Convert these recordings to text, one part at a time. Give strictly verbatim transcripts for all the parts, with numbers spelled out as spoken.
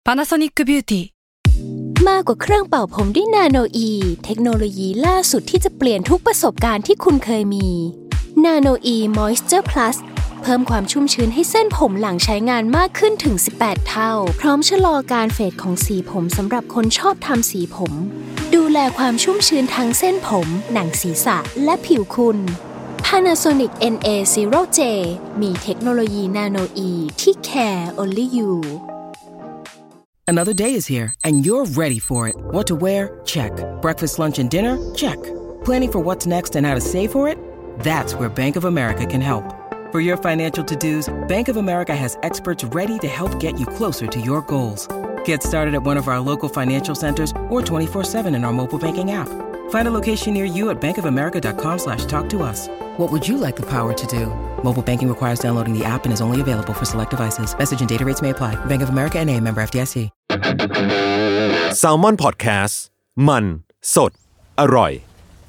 Panasonic Beauty มากกว่าเครื่องเป่าผมด้วยนาโนอีเทคโนโลยีล่าสุดที่จะเปลี่ยนทุกประสบการณ์ที่คุณเคยมีนาโนอีมอยส์เจอร์พลัสเพิ่มความชุ่มชื้นให้เส้นผมหลังใช้งานมากขึ้นถึงสิบแปดเท่าพร้อมชะลอการเฟดของสีผมสำหรับคนชอบทำสีผมดูแลความชุ่มชื้นทั้งเส้นผมหนังศีรษะและผิวคุณ Panasonic เอ็น เอ ศูนย์ เจ มีเทคโนโลยีนาโนอีที่ care only you Another day is here, and you're ready for it. What to wear? Check. Breakfast, lunch, and dinner? Check. Planning for what's next and how to save for it? That's where Bank of America can help. For your financial to-dos, Bank of America has experts ready to help get you closer to your goals. Get started at one of our local financial centers or twenty-four seven in our mobile banking app. Find a location near you at bankofamerica.com slash talk to us. What would you like the power to do? Mobile banking requires downloading the app and is only available for select devices. Message and data rates may apply. Bank of America N A, member เอฟ ดี เอส ซี Salmon Podcast มันสดอร่อย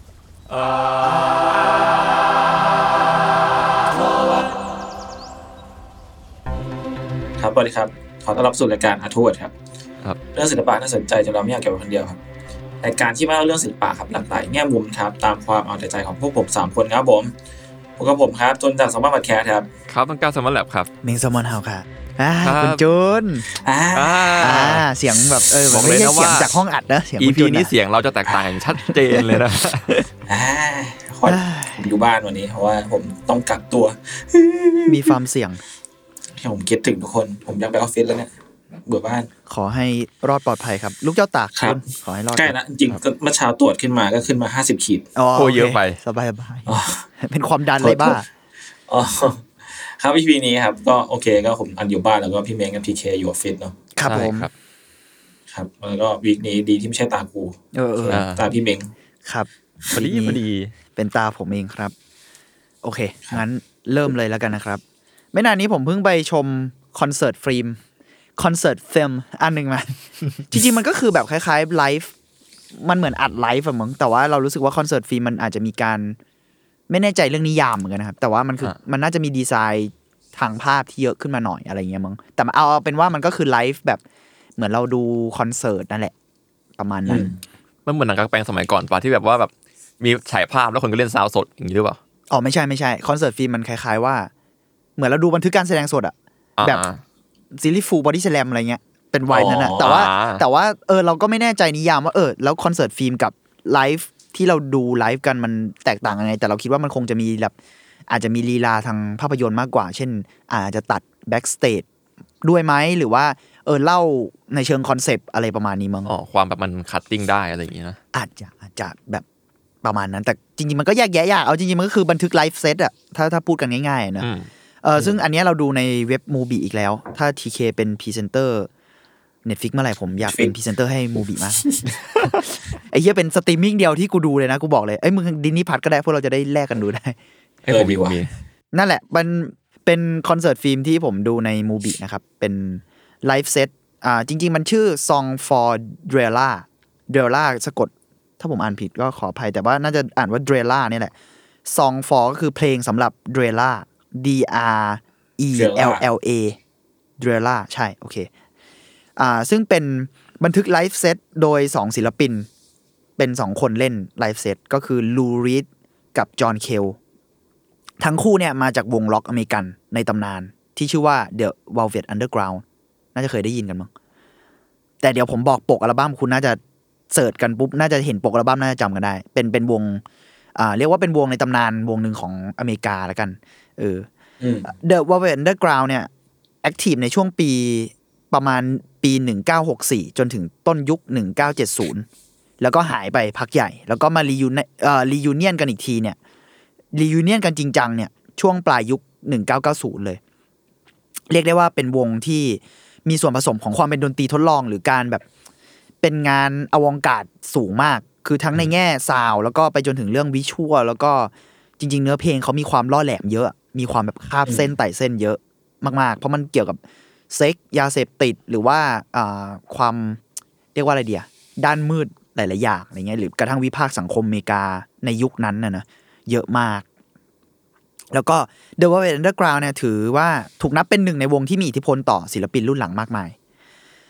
ครับสวัสดีครับขอต้อนรับสู่รายการอาร์ทเวิร์ดครับครับเรื่องศิลปะน่าสนใจจนเราไม่อยากเก็บไว้คนเดียวครับรายการที่มาเล่าเรื่องศิลปะครับหลากหลายแง่มุมครับตามความเอาใจของพวกผมสามคนครับผมพวกกับผมครับจนจากสมบัติบัตรแคร์ครับครับต้องการสมบัติแลบครับมิงสมอนเฮาค่ะอ่าคุณจูนอ่าอ่าเสียงแบบเออมันไม่ใช่เสียงจากห้องอัดนะเสียงอีคุณพีจูนนี้เสียงเราจะแตกต่างอย่างชัดเจนเลยนะอ่าผมอยู่บ้านวันนี้เพราะว่าผมต้องกักตัวมีฟาร์มเสียงผมคิดถึงทุกคนผมอยากไปออฟฟิศแล้วเนี่ยเบื่อบ้านขอให้รอดปลอดภัยครับลูกเจ้าตากครับขอให้รอดใกล้นะจริงๆเมื่อเช้าตรวจขึ้นมาก็ขึ้นมาห้าสิบขีดอ๋อโอ้เยอะไปสบายๆเป็นความดันเลยบ้าอ๋อครับ อี พี นี้ครับก็โอเคก็ผมอันอยู่บ้านแล้วก็พี่เม้งกับ พี เค อยู่ออฟฟิศเนาะครับผมครับครับแล้วก็วีคนี้ดีที่ไม่ใช่ตากูเออๆตาพี่เม้งครับพอดีพอดีเป็นตาผมเองครับโอเคงั้นเริ่มเลยแล้วกันนะครับไม่นานนี้ผมเพิ่งไปชมคอนเสิร์ตฟิล์มคอนเสิร์ตฟิล์มอันนึงมาจริงๆมันก็คือแบบคล้ายๆไลฟ์มันเหมือนอัดไลฟ์อ่ะมึงแต่ว่าเรารู้สึกว่าคอนเสิร์ตฟิล์มมันอาจจะมีการไม่แน่ใจเรื่องนิยามเหมือนกันนะครับแต่ว่ามันคือมันน่าจะมีดีไซน์ทางภาพที่เยอะขึ้นมาหน่อยอะไรเงี้ยมึงแต่เอาเป็นว่ามันก็คือไลฟ์แบบเหมือนเราดูคอนเสิร์ตนั่นแหละประมาณนั้นมันเหมือนหนังกลางแปลงสมัยก่อนป่ะที่แบบว่าแบบมีฉายภาพแล้วคนก็เล่นซาวด์สดอย่างนี้หรือเปล่าอ๋อไม่ใช่ไม่ใช่คอนเสิร์ตฟิล์มมันคล้ายๆว่าเหมือนเราดูบันทึกการแสดงสดอ่ะแบบซีรีส์ฟูลบอดี้สแลมอะไรเงี้ยเป็นวัยนั้นน่ะแต่ว่าแต่ว่าเออเราก็ไม่แน่ใจนิยามว่าเออแล้วคอนเสิร์ตฟิล์มกับไลฟ์ที่เราดูไลฟ์กันมันแตกต่างยังไงแต่เราคิดว่ามันคงจะมีแบบอาจจะมีลีลาทางภาพยนตร์มากกว่าเช่นอาจจะตัดแบ็กสเตจด้วยไหมหรือว่าเออเล่าในเชิงคอนเซปต์อะไรประมาณนี้มั้งอ๋อความแบบมันคัตติ้งได้อะไรอย่างงี้นะอาจจะอาจจะแบบประมาณนั้นแต่จริงๆมันก็แยกแยะยากเอาจริงๆมันก็คือบันทึกไลฟ์เซตอะถ้าถ้าพูดกันง่ายๆนะเออซึ่งอันนี้เราดูในเว็บมูบีอีกแล้วถ้า ที เค เป็นพรีเซนเตอร์ Netflix เมื่อไหร่ผมอยากเป็นพรีเซนเตอร์ให้มูบีมากไอ้เหี้ยเป็นสตรีมมิ่งเดียวที่กูดูเลยนะกูบอกเลยเอ้ยมึงดิสนีย์พัทก็ได้พวกเราจะได้แลกกันดูได้เออมีมีนั่นแหละมันเป็นคอนเสิร์ตฟิล์มที่ผมดูในมูบีนะครับเป็นไลฟ์เซตอ่าจริงๆมันชื่อ Song for Drella Drella สะกดถ้าผมอ่านผิดก็ขออภัยแต่ว่าน่าจะอ่านว่า Drella นี่แหละ Song for ก็คือเพลงสำหรับ Drella D R E L L A Drella ใช่โอเคอ่าซึ่งเป็นบันทึกไลฟ์เซตโดยสองศิลปินเป็นสองคนเล่นไลฟ์เซตก็คือลูรีดกับจอห์นเคลทั้งคู่เนี่ยมาจากวงล็อกอเมริกันในตำนานที่ชื่อว่า The Velvet Underground น่าจะเคยได้ยินกันมั้งแต่เดี๋ยวผมบอกปกอัลบั้มคุณน่าจะเสิร์ชกันปุ๊บน่าจะเห็นปกอัลบั้มน่าจะจำกันได้เป็นเป็นวงอ่าเรียกว่าเป็นวงในตำนานวงหนึ่งของอเมริกาแล้วกันเออ The Velvet Underground เนี่ยแอคทีฟในช่วงปีประมาณปีหนึ่งพันเก้าร้อยหกสิบสี่จนถึงต้นยุคหนึ่งพันเก้าร้อยเจ็ดสิบแล้วก็หายไปพักใหญ่แล้วก็มารียูเอ่อรียูเนียนกันอีกทีเนี่ยรียูเนียนกันจริงจังเนี่ยช่วงปลายยุคหนึ่งพันเก้าร้อยเก้าสิบเลยเรียกได้ว่าเป็นวงที่มีส่วนผสมของความเป็นดนตรีทดลองหรือการแบบเป็นงานอวองการ์ดสูงมากคือทั้งในแง่ซาวด์แล้วก็ไปจนถึงเรื่องวิชวลแล้วก็จริงๆเนื้อเพลงเขามีความล่อแหลมเยอะมีความแบบคาบเส้นไต่เส้นเยอะมากๆเพราะมันเกี่ยวกับเซ็กยาเสพติดหรือว่าอ่าความเรียกว่าอะไรเดียด้านมืดหลายๆอย่างอะไรเงี้ยหรือกระทั่งวิพากษ์สังคมอเมริกาในยุคนั้นน่ะนะเยอะมากแล้วก็ The Velvet Underground เนี่ยถือว่าถูกนับเป็นหนึ่งในวงที่มีอิทธิพลต่อศิลปินรุ่นหลังมากมาย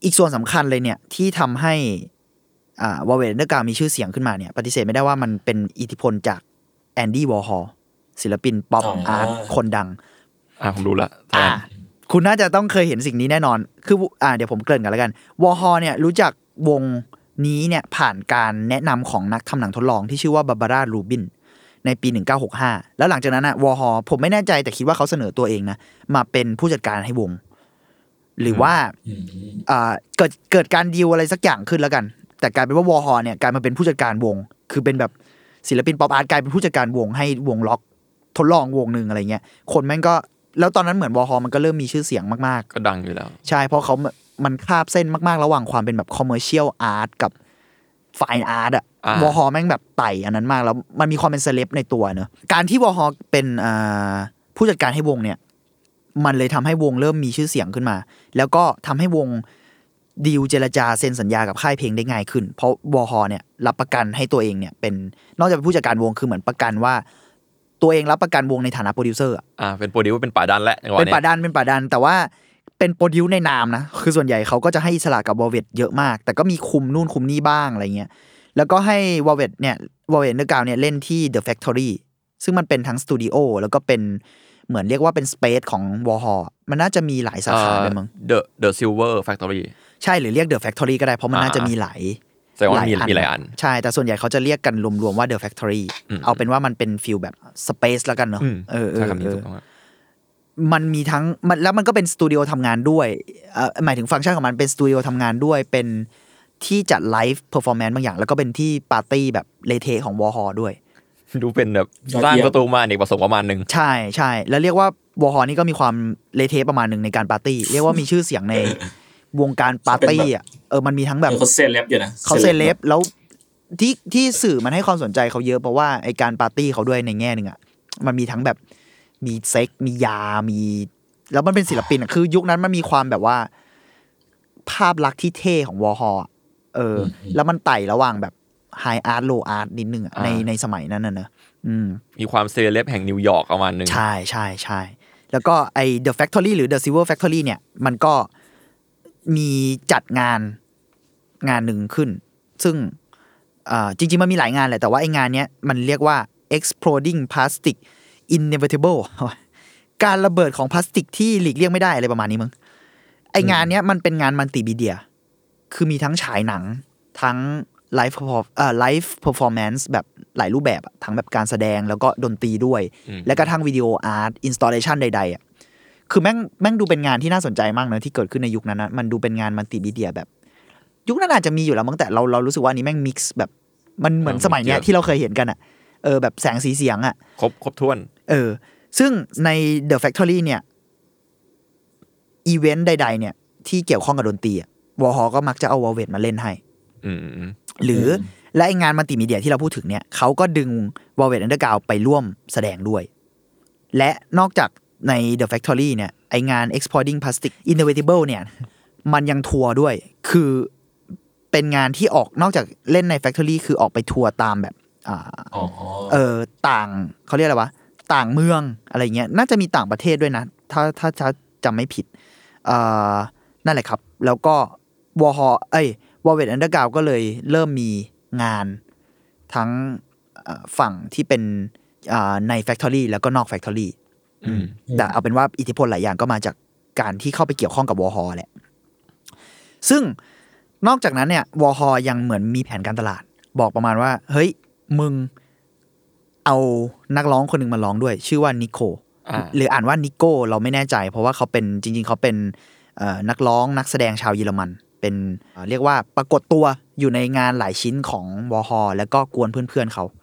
อีกส่วนสำคัญเลยเนี่ยที่ทำให้อ่าวอลเวตอันเดอร์กราวด์มีชื่อเสียงขึ้นมาเนี่ยปฏิเสธไม่ได้ว่ามันเป็นอิทธิพลจากแอนดี้วอร์ฮอลศิลปินป๊อปอาร์ตคนดังอ่าผมรู้ละอ่าคุณน่าจะต้องเคยเห็นสิ่งนี้แน่นอนคืออ่าเดี๋ยวผมเกริ่นกันแล้วกันวอร์ฮอลเนี่ยรู้จักวงนี้เนี่ยผ่านการแนะนำของนักทำหนังทดลองที่ชื่อว่าบาร์บาร่าลูบินในปีหนึ่งเก้าหกห้าแล้วหลังจากนั้นนะวอร์ฮอลผมไม่แน่ใจแต่คิดว่าเขาเสนอตัวเองนะมาเป็นผู้จัดการให้วงหรือว่าอ่าเกิดเกิดการดีลอะไรสักอย่างขึ้นแล้วกันแต่กลายเป็นว่าวอร์ฮอลเนี่ยกลายมาเป็นผู้จัดการวงคือเป็นแบบศิลปินป๊อปอาร์ตกลายเป็นผู้จัดการวงให้วงล็อกทดลองวงนึงอะไรเงี้ยคนแม่งก็แล้วตอนนั้นเหมือนวอร์ฮอลมันก็เริ่มมีชื่อเสียงมากๆก็ดังอยู่แล้วใช่เพราะเขามันคาบเส้นมากๆระหว่างความเป็นแบบคอมเมอร์เชียลอาร์ตกับไฟน์อาร์ตอะวอร์ฮอลแม่งแบบไต่อันนั้นมากแล้วมันมีความเป็นเซเลบในตัวเนอะการที่วอร์ฮอลเป็นอ่าผู้จัดการให้วงเนี่ยมันเลยทำให้วงเริ่มมีชื่อเสียงขึ้นมาแล้วก็ทำให้วงดีลเจรจาเซ็นสัญญากับค่ายเพลงได้ง่ายขึ้นเพราะวอร์ฮอลเนี่ยรับประกันให้ตัวเองเนี่ยเป็นนอกจากเป็นผู้จัดการวงคือเหมือนประกันว่าตัวเองรับประกันวงในฐานะโปรดิวเซอร์อ่าเป็นโปรดิวเป็นป่าดันแหละเป็นป่าดันเป็นป่าดันแต่ว่าเป็นโปรดิวในนามนะคือส่วนใหญ่เขาก็จะให้อิสระกับวอลเวตเยอะมากแต่ก็มีคุมนู่นคุมนี่บ้างอะไรเงี้ยแล้วก็ให้วอลเวตเนี่ยวอลเวตอันเดอร์กราวด์เนี่ยเล่นที่ The Factory ซึ่งมันเป็นทั้งสตูดิโอแล้วก็เป็นเหมือนเรียกว่าเป็นสเปซของวอลฮอลมันน่าจะมีหลายสาขาเลยมั้ง The The Silver Factory ใช่หรือเรียก The Factory ก็ได้เพราะมันน่าจะมีหลายแสดงว่ามีมีหลายอันใช่แต่ส่วนใหญ่เขาจะเรียกกันรวมๆว่า The Factory เอาเป็นว่ามันเป็นฟีลแบบสเปซแล้วกันเนาะเออๆมันมีทั้งมันแล้วมันก็เป็นสตูดิโอทำงานด้วยเอ่อหมายถึงฟังก์ชันของมันเป็นสตูดิโอทำงานด้วยเป็นที่จัดไลฟ์เพอร์ฟอร์แมนซ์บางอย่างแล้วก็เป็นที่ปาร์ตี้แบบเลเทของวอร์ฮอลด้วยดูเป็นแบบสร้างประตูมาเอกประสงค์ประมาณนึงใช่ๆแล้วเรียกว่าวอร์ฮอลนี่ก็มีความเลเทประมาณนึงในการปาร์ตี้เรียกว่ามีชื่อเสียงในวงการปาร์ตี้อ่ะเออมันมีทั้งแบบเขาเซเลบอยู่นะเขาเซเลบแล้วที่ที่สื่อมันให้ความสนใจเขาเยอะเพราะว่าไอการปาร์ตี้เขาด้วยในแง่นึงอ่ะมันมีทั้งแบบมีเซ็กมียามีแล้วมันเป็นศิลปินอ่ะคือยุคนั้นมันมีความแบบว่าภาพลักษณ์ที่เท่ของวอร์ฮอลเออแล้วมันไต่ระหว่างแบบไฮอาร์ตโลอาร์ตนิดนึงอ่ะในในสมัยนั้นน่ะนะอืมมีความเซเลบแห่งนิวยอร์กประมาณนึงใช่ๆๆแล้วก็ไอ The Factory หรือ The Silver Factory เนี่ยมันก็มีจัดงานงานหนึ่งขึ้นซึ่งอ่าจริงๆมันมีหลายงานแหละแต่ว่าไอ้งานเนี้ยมันเรียกว่า Exploding Plastic Inevitable การระเบิดของพลาสติกที่หลีกเลี่ยงไม่ได้อะไรประมาณนี้มั้งไองานเนี้ยมันเป็นงานมัลติมีเดียคือมีทั้งฉายหนังทั้งไลฟ์เอ่อไลฟ์เพอร์ฟอร์แมนซ์แบบหลายรูปแบบทั้งแบบการแสดงแล้วก็ดนตรีด้วยและกระทั่งวิดีโออาร์ตอินสตาเลชันใดๆอ่ะคือแม่งแม่งดูเป็นงานที่น่าสนใจมากนะที่เกิดขึ้นในยุคนั้นนะมันดูเป็นงานมัลติมีเดียแบบยุคนั้นอาจจะมีอยู่แล้วมั้งแต่เราเรารู้สึกว่าอันนี้แม่งมิกซ์แบบมันเหมือนสมัยเนี้ยที่เราเคยเห็นกันอ่ะเออแบบแสงสีเสียงอ่ะครบครบถ้วนเออซึ่งใน The Factory เนี่ยอีเวนต์ใดๆเนี่ยที่เกี่ยวข้องกับดนตรีอ่ะวอร์ฮอลก็มักจะเอาวอลเวตมาเล่นให้หรือและไองานมัลติมีเดียที่เราพูดถึงเนี่ยเขาก็ดึงวอลเวตอันเดอร์กราวด์ไปร่วมแสดงด้วยและนอกจากใน The Factory เนี่ยไองาน Exploding Plastic Inevitable เนี่ยมันยังทัวร์ด้วยคือเป็นงานที่ออกนอกจากเล่นใน Factory คือออกไปทัวร์ตามแบบอ่าเออต่างเขาเรียกอะไรวะต่างเมืองอะไรเงี้ยน่าจะมีต่างประเทศด้วยนะถ้าถ้าถ้าจำไม่ผิดอ่านั่นแหละครับแล้วก็วอร์ฮอลเอ้ยวอลเวตอันเดอร์กราวด์ก็เลยเริ่มมีงานทั้งฝั่งที่เป็นใน Factory แล้วก็นอก Factory แต่เอาเป็นว่าอิทธิพลหลายอย่างก็มาจากการที่เข้าไปเกี่ยวข้องกับวอร์ฮอลแหละซึ่งนอกจากนั้นเนี่ยวอร์ฮอลยังเหมือนมีแผนการตลาดบอกประมาณว่าเฮ้ยมึงเอานักร้องคนหนึ่งมาร้องด้วยชื่อว่านิโคหรืออ่านว่านิโก้เราไม่แน่ใจเพราะว่าเขาเป็นจริงๆเขาเป็นนักร้องนักแสดงชาวเยอรมันเป็นเรียกว่าปรากฏตัวอยู่ในงานหลายชิ้นของวอร์ฮอลแล้วก็กวนเพื่อนๆเขา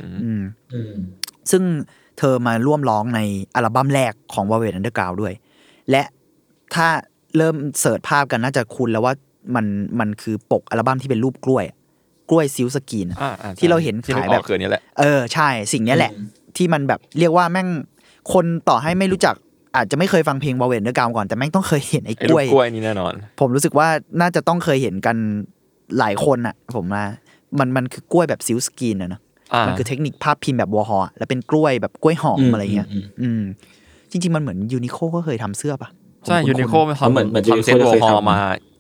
ซึ่งเธอมาร่วมร้องในอัลบั้มแรกของ Velvet Underground ด้วยและถ้าเริ่มเสิร์ชภาพกันน่าจะคุ้นแล้วว่ามันมันคือปกอัลบั้มที่เป็นรูปกล้วยกล้วยซิลสกรีนที่เราเห็นขายแบบเออใช่สิ่งนี้แหละที่มันแบบเรียกว่าแม่งคนต่อให้ไม่รู้จักอาจจะไม่เคยฟังเพลง Velvet Underground ก่อนแต่แม่งต้องเคยเห็นไอ้กล้วยกล้วยนี่แน่นอนผมรู้สึกว่าน่าจะต้องเคยเห็นกันหลายคนอ่ะผมว่ามันมันคือกล้วยแบบซิลสกรีนอ่ะนะมันคือเทคนิคภาพพิมพ์แบบวอร์ฮอลแล้วเป็นกล้วยแบบกล้วยหอมอะไรเงี้ยอืมจริงๆมันเหมือนยูนิโคก็เคยทำเสื้อป่ะใช่ยูนิโคมันทำเหมือนทำเซ็ตวอร์ฮอลมา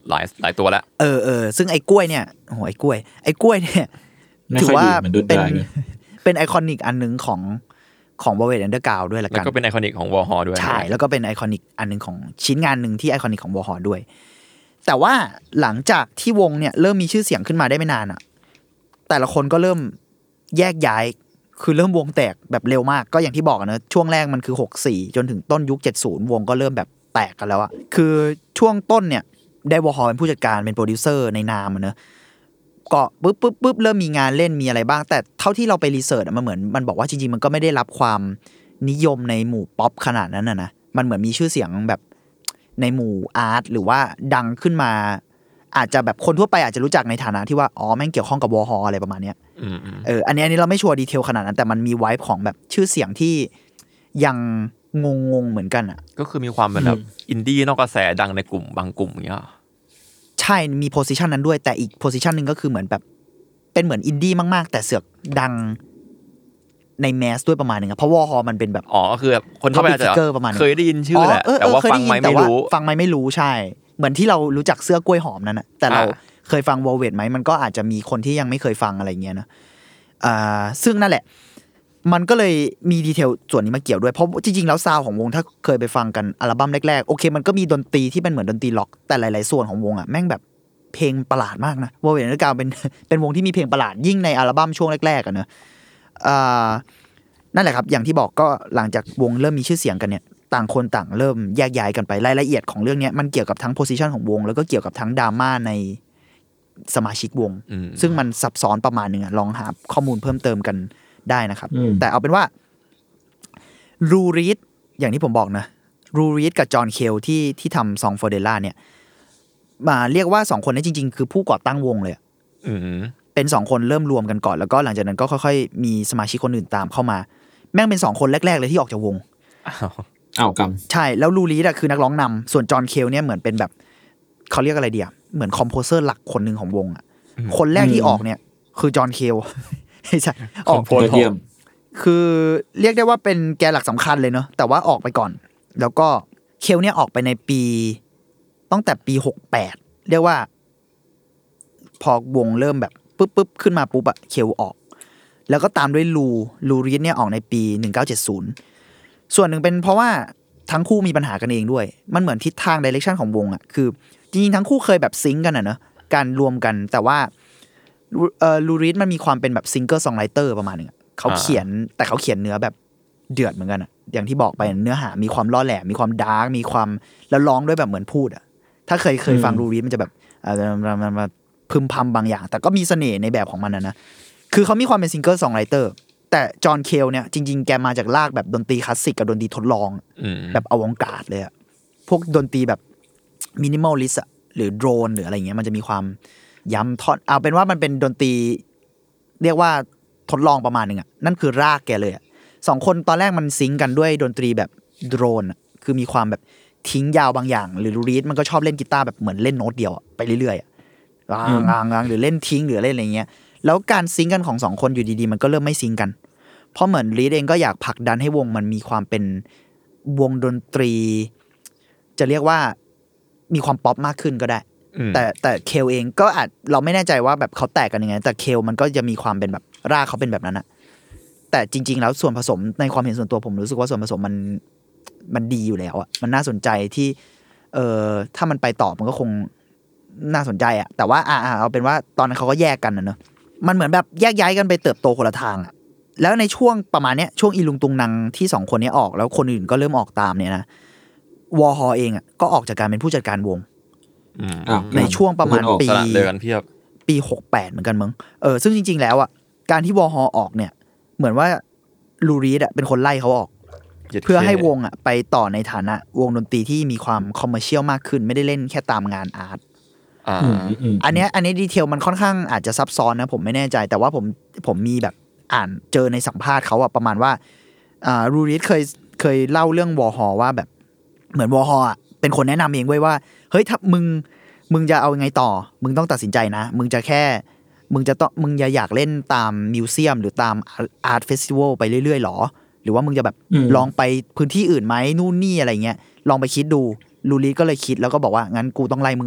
หลายหลายตัวแล้วเออเออซึ่งไอ้กล้วยเนี่ยโอ้โหไอ้กล้วยไอ้กล้วยเนี่ยถือว่าเป็นเป็นไอคอนิกอันนึงของของ Velvet Underground ด้วยละกันแล้วก็เป็นไอคอนิกของ Warhol ด้วยใช่แล้วก็เป็นไอคอนิกอันนึงของชิ้นงานนึงที่ไอคอนิกของ Warhol ด้วยแต่ว่าหลังจากที่วงเนี่ยเริ่มมีชื่อเสียงขึ้นมาได้ไม่นานอ่ะแต่ละคนก็เริ่มแยกย้ายคือเริ่มวงแตกแบบเร็วมากก็อย่างที่บอกนะช่วงแรกมันคือหกสิบสี่จนถึงต้นยุคเจ็ดสิบวงก็เริ่มแบบแตกกันแล้วอะคือช่วงต้นเนี่ยได้วอฮอลเป็นผู้จัดการเป็นโปรดิวเซอร์ในนามเนอะก็ปึ๊บปึ๊บปึ๊บเริ่มมีงานเล่นมีอะไรบ้างแต่เท่าที่เราไปรีเสิร์ชมันเหมือนมันบอกว่าจริงๆมันก็ไม่ได้รับความนิยมในหมู่ป๊อปขนาดนั้นนะนะมันเหมือนมีชื่อเสียงแบบในหมู่อาร์ตหรือว่าดังขึ้นมาอาจจะแบบคนทั่วไปอาจจะรู้จักในฐานะที่ว่าอ๋อแม่งเกี่ยวข้องกับวอฮอลอะไรประมาณเนี้ยเอออันนี้อันนี้เราไม่ชัวร์ดีเทลขนาดนั้นแต่มันมีไวบ์ของแบบชื่อเสียงที่ยังงงๆเหมือนกันอ่ะก็คือมีความเป็นแบบอินดี้นอกกระแสดังในกลุ่มบางกลุ่มอย่างเงี้ยใช่มีโพสิชันนั้นด้วยแต่อีกโพสิชันนึงก็คือเหมือนแบบเป็นเหมือนอินดี้มากๆแต่เสือกดังในแมสด้วยประมาณนึงเพราะวอฮอลมันเป็นแบบอ๋อคือแบบคนทั่วไปอาจจะเคยได้ยินชื่อแหละแต่ว่าฟังไม่รู้ฟังไม่ไม่รู้ใช่เหมือนที่เรารู้จักเสื้อกล้วยหอมนั่นน่ะแต่เราเคยฟัง Velvet มั้ยมันก็อาจจะมีคนที่ยังไม่เคยฟังอะไรเงี้ยนะอ่าซึ่งนั่นแหละมันก็เลยมีดีเทลส่วนนี้มาเกี่ยวด้วยเพราะจริงๆแล้วซาวด์ของวงถ้าเคยไปฟังกันอัลบั้มแรกๆโอเคมันก็มีดนตรีที่เป็นเหมือนดนตรีล็อกแต่หลายๆส่วนของวงอ่ะแม่งแบบเพลงประหลาดมากนะ Velvet Underground เป็นเป็นวงที่มีเพลงประหลาดยิ่งในอัลบั้มช่วงแรกๆอ่ะเนอะอ่านั่นแหละครับอย่างที่บอกก็หลังจากวงเริ่มมีชื่อเสียงกันเนี่ยต่างคนต่างเริ่มแยกย้ายกันไปรายละเอียดของเรื่องนี้มันเกี่ยวกับทั้งโพสิชันของวงแล้วก็เกี่ยวกับทั้งดราม่าในสมาชิกวงซึ่งมันซับซ้อนประมาณนึงอ่ะลองหาข้อมูลเพิ่มเติมกันได้นะครับแต่เอาเป็นว่ารูรีดอย่างที่ผมบอกนะรูรีดกับจอห์นเคลที่ที่ทำซองฟอร์เดล่าเนี่ยมาเรียกว่าสองคนนี้จริงๆคือผู้ก่อตั้งวงเลยเป็นสองคนเริ่มรวมกันก่อนแล้วก็หลังจากนั้นก็ค่อยๆมีสมาชิกคนอื่นตามเข้ามาแม่งเป็นสองคนแรกๆเลยที่ออกจากวงอ้าวกำใช่แล้วลูรีดอะคือนักร้องนำส่วนจอห์นเคลเนี่ยเหมือนเป็นแบบเขาเรียกอะไรเดียเหมือนคอมโพเซอร์หลักคนหนึ่งของวงอะคนแรกที่ออกเนี่ยคือจอห์นเคลใช่ออกโพสเยี่ยมคือเรียกได้ว่าเป็นแกนหลักสำคัญเลยเนาะแต่ว่าออกไปก่อนแล้วก็เคลเนี่ยออกไปในปีตั้งแต่ปีหกสิบแปดเรียกว่าพอวงเริ่มแบบปึ๊บปึ๊บขึ้นมาปุ๊บอะเคลออกแล้วก็ตามด้วยลูลูรีดเนี่ยออกในปีหนึ่งเก้าเจ็ดศูนย์ส่วนหนึ่งเป็นเพราะว่าทั้งคู่มีปัญหากันเองด้วยมันเหมือนทิศทางไดเรคชั่นของวงอ่ะคือจริงๆทั้งคู่เคยแบบซิงค์กันอ่ะเนอะการรวมกันแต่ว่าเอ่อลูริสมันมีความเป็นแบบซิงเกิลซองไรเตอร์ประมาณนึงเขาเขียนแต่เขาเขียนเนื้อแบบเดือดเหมือนกันอ่ะอย่างที่บอกไปเนื้อหามีความล่อแหลมมีความดาร์กมีความแล้วร้องด้วยแบบเหมือนพูดอ่ะถ้าเคยเคยฟังลูริสมันจะแบบมันมาพึมพำบางอย่างแต่ก็มีเสน่ห์ในแบบของมันนะนะคือเขามีความเป็นซิงเกิลซองไรเตอร์แต่จอห์นเคลเนี่ยจริงๆแกมาจากรากแบบดนตรีคลาสสิกกับดนตรีทดลองแบบอวองการ์ดเลยอะพวกดนตรีแบบมินิมอลลิสต์หรือโดรนหรืออะไรเงี้ยมันจะมีความย้ำท่อนเอาเป็นว่ามันเป็นดนตรีเรียกว่าทดลองประมาณนึงอะนั่นคือรากแกเลยอะสองคนตอนแรกมันซิงค์กันด้วยดนตรีแบบโดรนคือมีความแบบทิ้งยาวบางอย่างหรือลูรีดมันก็ชอบเล่นกีตาร์แบบเหมือนเล่นโน้ตเดียวไปเรื่อยๆงางๆหรือเล่นทิ้งหรือเล่นอะไรเงี้ยแล้วการซิงค์กันของสองคนอยู่ดีๆมันก็เริ่มไม่ซิงค์กันเพราะเหมือนลีดเองก็อยากผลักดันให้วงมันมีความเป็นวงดนตรีจะเรียกว่ามีความป๊อปมากขึ้นก็ได้แต่แต่เคลเองก็อาจเราไม่แน่ใจว่าแบบเขาแตกกันยังไงแต่เคลมันก็จะมีความเป็นแบบรากเขาเป็นแบบนั้นอะแต่จริงๆแล้วส่วนผสมในความเห็นส่วนตัวผมรู้สึกว่าส่วนผสมมันมันดีอยู่แล้วอะมันน่าสนใจที่เออถ้ามันไปต่อมันก็คงน่าสนใจอะแต่ว่าอ่าเอาเป็นว่าตอนนั้นเขาก็แยกกันนะเนอะมันเหมือนแบบแยกย้ายกันไปเติบโตคนละทางอะแล้วในช่วงประมาณเนี้ยช่วงอีลุงตุงนังที่สองคนนี้ออกแล้วคนอื่นก็เริ่มออกตามเนี่ยนะวอฮอเองอ่ะก็ออกจากการเป็นผู้จัดการวงในช่วงประมาณปีปีหกสิบแปดเหมือนกันมั้งเออซึ่งจริงๆแล้วอ่ะการที่วอฮอออกเนี่ยเหมือนว่าลูรีดอ่ะเป็นคนไล่เขาออกเพื่อให้วงอ่ะไปต่อในฐานะวงดนตรีที่มีความคอมเมอร์เชียลมากขึ้นไม่ได้เล่นแค่ตามงานอาร์ตอันเนี้ยอันนี้ดีเทลมันค่อนข้างอาจจะซับซ้อนนะผมไม่แน่ใจแต่ว่าผมผมมีแบบอ่านเจอในสัมภาษณ์เขาอะประมาณว่าอ่ารูริสเคยเคยเล่าเรื่องวอฮอว่าแบบเหมือนวอฮออะเป็นคนแนะนำเองไว้ว่าเฮ้ยถ้ามึงมึงจะเอายังไงต่อมึงต้องตัดสินใจนะมึงจะแค่มึงจะต้องมึงอย่าอยากเล่นตามมิวเซียมหรือตามอาร์ตเฟสติวัลไปเรื่อยๆหรอหรือว่ามึงจะแบบลองไปพื้นที่อื่นไหมนู่นนี่อะไรเงี้ยลองไปคิดดูรูริสก็เลยคิดแล้วก็บอกว่างั้นกูต้องไล่มึงออก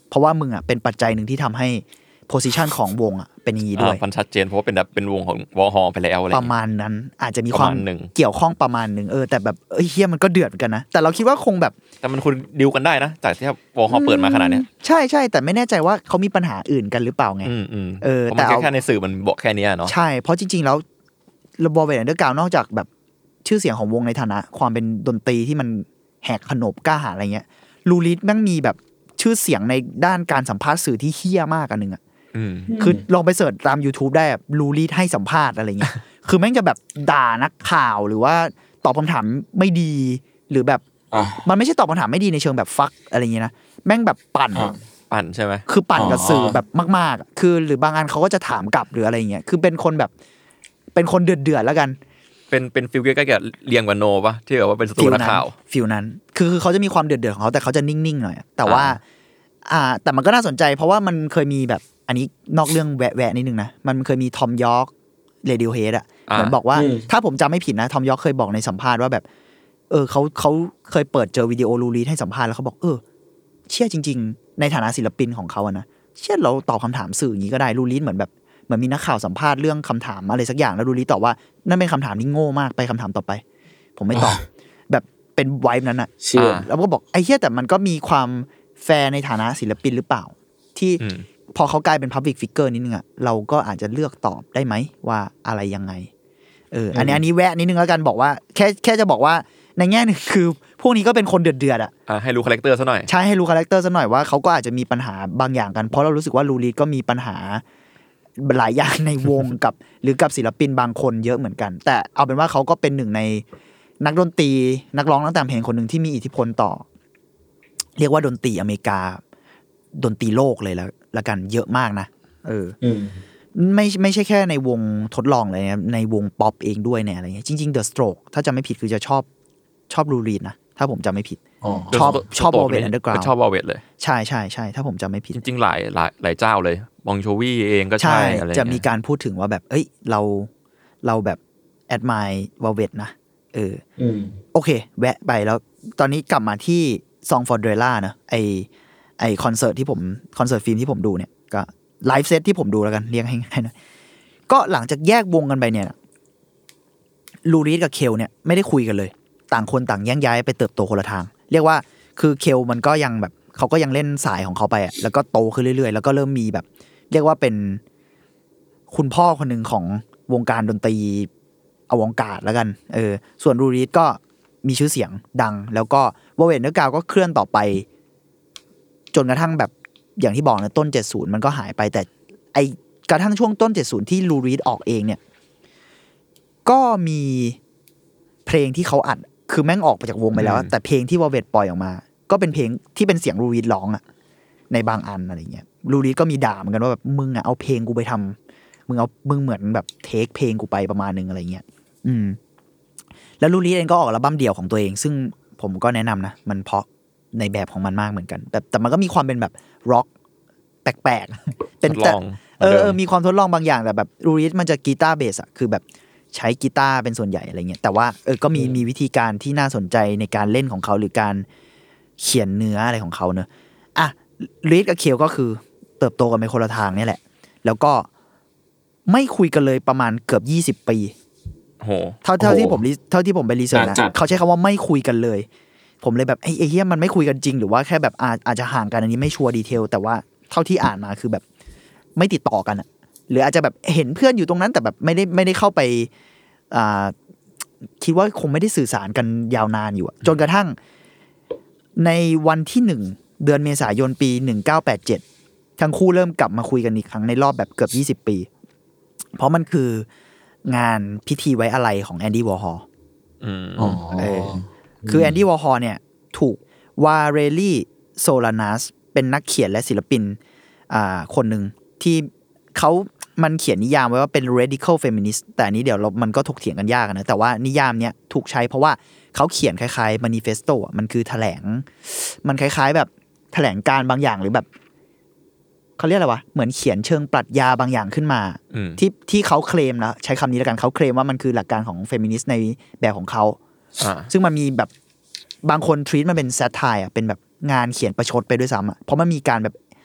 เพราะว่ามึงอ่ะเป็นปัจจัยหนึ่งที่ทำให้โพสิชันของวงอ่ะเป็นอย่างนี้ด้วยมันชัดเจนเพราะว่าเป็นแบบเป็นวงของวอฮอไปแล้วอะไรประมาณนั้นอาจจะมีความเกี่ยวข้องประมาณนึงเออแต่แบบเอ้ยเฮียมันก็เดือดกันนะแต่เราคิดว่าคงแบบแต่มันคุณดิวกันได้นะจากที่วอฮอเปิดมาขนาดเนี้ยใช่ๆแต่ไม่แน่ใจว่าเขามีปัญหาอื่นกันหรือเปล่าไงเออแต่แค่ในสื่อมันบอกแค่นี้เนาะใช่เพราะจริงๆแล้วระบบเวทอันเดอร์กราวนด์นอกจากแบบชื่อเสียงของวงในฐานะความเป็นดนตรีที่มันแหกขนบกล้าหาญอะไรเงี้ยลูริสแม่งมีแบบชื่อเสียงในด้านการสัมภาษณ์สื่อที่เฮี้ยมากอันนึงอ่ะคือลองไปเสิร์ชตาม YouTube ได้แบบลูริสให้สัมภาษณ์อะไรเงี้ยคือแม่งจะแบบด่านักข่าวหรือว่าตอบคำถามไม่ดีหรือแบบมันไม่ใช่ตอบคำถามไม่ดีในเชิงแบบฟักอะไรเงี้ยนะแม่งแบบปั่นปั่นใช่ไหมคือปั่นกับสื่อแบบมากๆคือหรือบางอันเขาก็จะถามกลับหรืออะไรเงี้ยคือเป็นคนแบบเป็นคนเดือดๆแล้วกันเป็นเป็นฟิลใกล้ๆกับเรียงวันโนป่ะที่แบบว่าเป็นสตูนักข่าวฟิลนั้นคือคือเขาจะมีความเดือดๆของเขาแต่เขาจะนิ่งๆหน่อยแต่ว่าอ่าแต่มันก็น่าสนใจเพราะว่ามันเคยมีแบบอันนี้นอกเรื่องแวะๆนิดนึงนะมันเคยมีทอมยอร์กเรดิโอเฮดอ่ะเหมือนบอกว่าถ้าผมจำไม่ผิดนะทอมยอร์กเคยบอกในสัมภาษณ์ว่าแบบเออเขาเขาเคยเปิดเจอวิดีโอลูรีดให้สัมภาษณ์แล้วเขาบอกเออเชื่อจริงๆในฐานะศิลปินของเขาอะนะเชื่อเราตอบคำถามสื่ออย่างนี้ก็ได้ลูรีดเหมือนแบบเหมือนมีนักข่าวสัมภาษณ์เรื่องคำถามอะไรสักอย่างแล้วลูรีดตอบว่านั่นเป็นคำถามที่โง่มากไปคำถามต่อไปผมไม่ตอบแบบเป็นไวบ์นั้นอะแล้วก็บอกไอ้เหี้ยแต่มันก็มีความแฟร์ในฐานะศิลปินหรือเปล่าที่พอเขากลายเป็น public figure นิดนึงอะเราก็อาจจะเลือกตอบได้ไหมว่าอะไรยังไงเอออันนี้อันนี้แวะนิดนึงแล้วกันบอกว่าแค่แค่จะบอกว่าในแง่นึงคือพวกนี้ก็เป็นคนเดือดๆอ่ะให้รู้คาแรคเตอร์ซะหน่อยใช่ให้รู้คาแรคเตอร์ซะหน่อยว่าเขาก็อาจจะมีปัญหาบางอย่างกันเพราะเรารู้สึกว่าลูรีดก็มีปัญหาหลายอย่างในวงกับหรือกับศิลปินบางคนเยอะเหมือนกันแต่เอาเป็นว่าเขาก็เป็นหนึ่งในนักดนตรีนักร้องนักแต่งเพลงคนนึงที่มีอิทธิพลต่อเรียกว่าดนตรีอเมริกาดนตรีโลกเลยแล้วละกันเยอะมากนะเออไม่ไม่ใช่แค่ในวงทดลองเลยนะในวงป๊อปเองด้วยเนี่ยอะไรเงี้ยจริงๆ The Stroke ถ้าจำไม่ผิดคือจะชอบชอบลูรีดนะถ้าผมจำไม่ผิดชอบชอบ Velvet Underground ชอบ Velvet เลยใช่ใช่ใช่ถ้าผมจำไม่ผิดจริงๆหลายหลายหลายเจ้าเลยบองโชวี่เองก็ใช่อะไรจะมีการพูดถึงว่าแบบเอ้ยเราเราแบบ admire Velvet นะเออโอเคแวะไปแล้วตอนนี้กลับมาที่ Song for Drella นะไอไอคอนเสิร์ตที่ผมคอนเสิร์ตฟิล์มที่ผมดูเนี่ยก็ไลฟ์เซตที่ผมดูแล้วกันเรียกให้ง่ายหน่อยก็หลังจากแยกวงกันไปเนี่ยลูรีดกับเคลเนี่ยไม่ได้คุยกันเลยต่างคนต่างแยกย้ายไปเติบโตคนละทางเรียกว่าคือเคลมันก็ยังแบบเขาก็ยังเล่นสายของเขาไปอ่ะแล้วก็โตขึ้นเรื่อยๆแล้วก็เริ่มมีแบบเรียกว่าเป็นคุณพ่อคนหนึ่งของวงการดนตรีอวกาศแล้วกันเออส่วนลูรีดก็มีชื่อเสียงดังแล้วก็วอลเวทเนอร์กาวก็เคลื่อนต่อไปจนกระทั่งแบบอย่างที่บอกนะต้นเจ็ดสิบมันก็หายไปแต่ไอกระทั่งช่วงต้นเจ็ดสิบที่ลูรีดออกเองเนี่ยก็มีเพลงที่เขาอัดคือแม่งออกไปจากวงไปแล้วแต่เพลงที่วอลเวทปล่อยออกมาก็เป็นเพลงที่เป็นเสียงลูรีดร้องอ่ะในบางอันอะไรเงี้ยลูรีดก็มีด่าเหมือนกันว่าแบบมึงอ่ะเอาเพลงกูไปทำมึงเอามึงเหมือนแบบเทคเพลงกูไปประมาณนึงอะไรเงี้ยอืมแล้วลูรีดเองก็ออกอัลบั้มเดี่ยวของตัวเองซึ่งผมก็แนะนำนะมันเพราะในแบบของมันมากเหมือนกันแต่แต่มันก็มีความเป็นแบบร็อกแปลกๆเป็นแต่เออมีความทดลองบางอย่างแต่แบบลูริสมันจะกีตาร์เบสอะคือแบบใช้กีตาร์เป็นส่วนใหญ่อะไรเงี้ยแต่ว่าเออก็มีมีวิธีการที่น่าสนใจในการเล่นของเขาหรือการเขียนเนื้ออะไรของเขาเนอะอ่ะลูริสกับเคลก็คือเติบโตกันไปคนละทางนี่แหละแล้วก็ไม่คุยกันเลยประมาณเกือบยี่สิบปีโหเท่าเท่าที่ผมเท่าที่ผมไปรีเสิร์ชนะเขาใช้คำว่าไม่คุยกันเลยผมเลยแบบไอ้เหี้ยมันไม่คุยกันจริงหรือว่าแค่แบบอาจอาจจะห่างกันอันนี้ไม่ชัวร์ดีเทลแต่ว่าเท่าที่อ่านมาคือแบบไม่ติดต่อกันอะหรืออาจจะแบบเห็นเพื่อนอยู่ตรงนั้นแต่แบบไม่ได้ไม่ได้เข้าไปอ่าคิดว่าคงไม่ได้สื่อสารกันยาวนานอยู่จนกระทั่งในวันที่หนึ่งเดือนเมษายนปีหนึ่งพันเก้าร้อยแปดสิบเจ็ดทั้งคู่เริ่มกลับมาคุยกันอีกครั้งในรอบแบบเกือบยี่สิบปีเพราะมันคืองานพิธีไว้อาลัยของแอนดี้วอร์ฮอลอืมอ๋อเออคือแอนดี้วอร์ฮอลเนี่ยถูกวาเรลลี่โซลานัสเป็นนักเขียนและศิลปินอ่าคนหนึ่งที่เขามันเขียนนิยามไว้ว่าเป็น radical feminist แต่อันนี้เดี๋ยวเรามันก็ถกเถียงกันยากนะแต่ว่านิยามเนี้ยถูกใช้เพราะว่าเขาเขียนคล้ายๆ manifesto อ่ะมันคือแถลงมันคล้ายๆแบบแถลงการบางอย่างหรือแบบเขาเรียกอะไรวะเหมือนเขียนเชิงปรัชญาบางอย่างขึ้นมาที่ที่เขาเคลมนะใช้คำนี้แล้วกันเขาเคลมว่ามันคือหลักการของเฟมินิสต์ในแบบของเขาซึ่งมันมีแบบบางคนทรีตมันเป็นแซทไทร์อ่ะเป็นแบบงานเขียนประชดไปด้วยซ้ำอ่ะเพราะมันมีการแบบ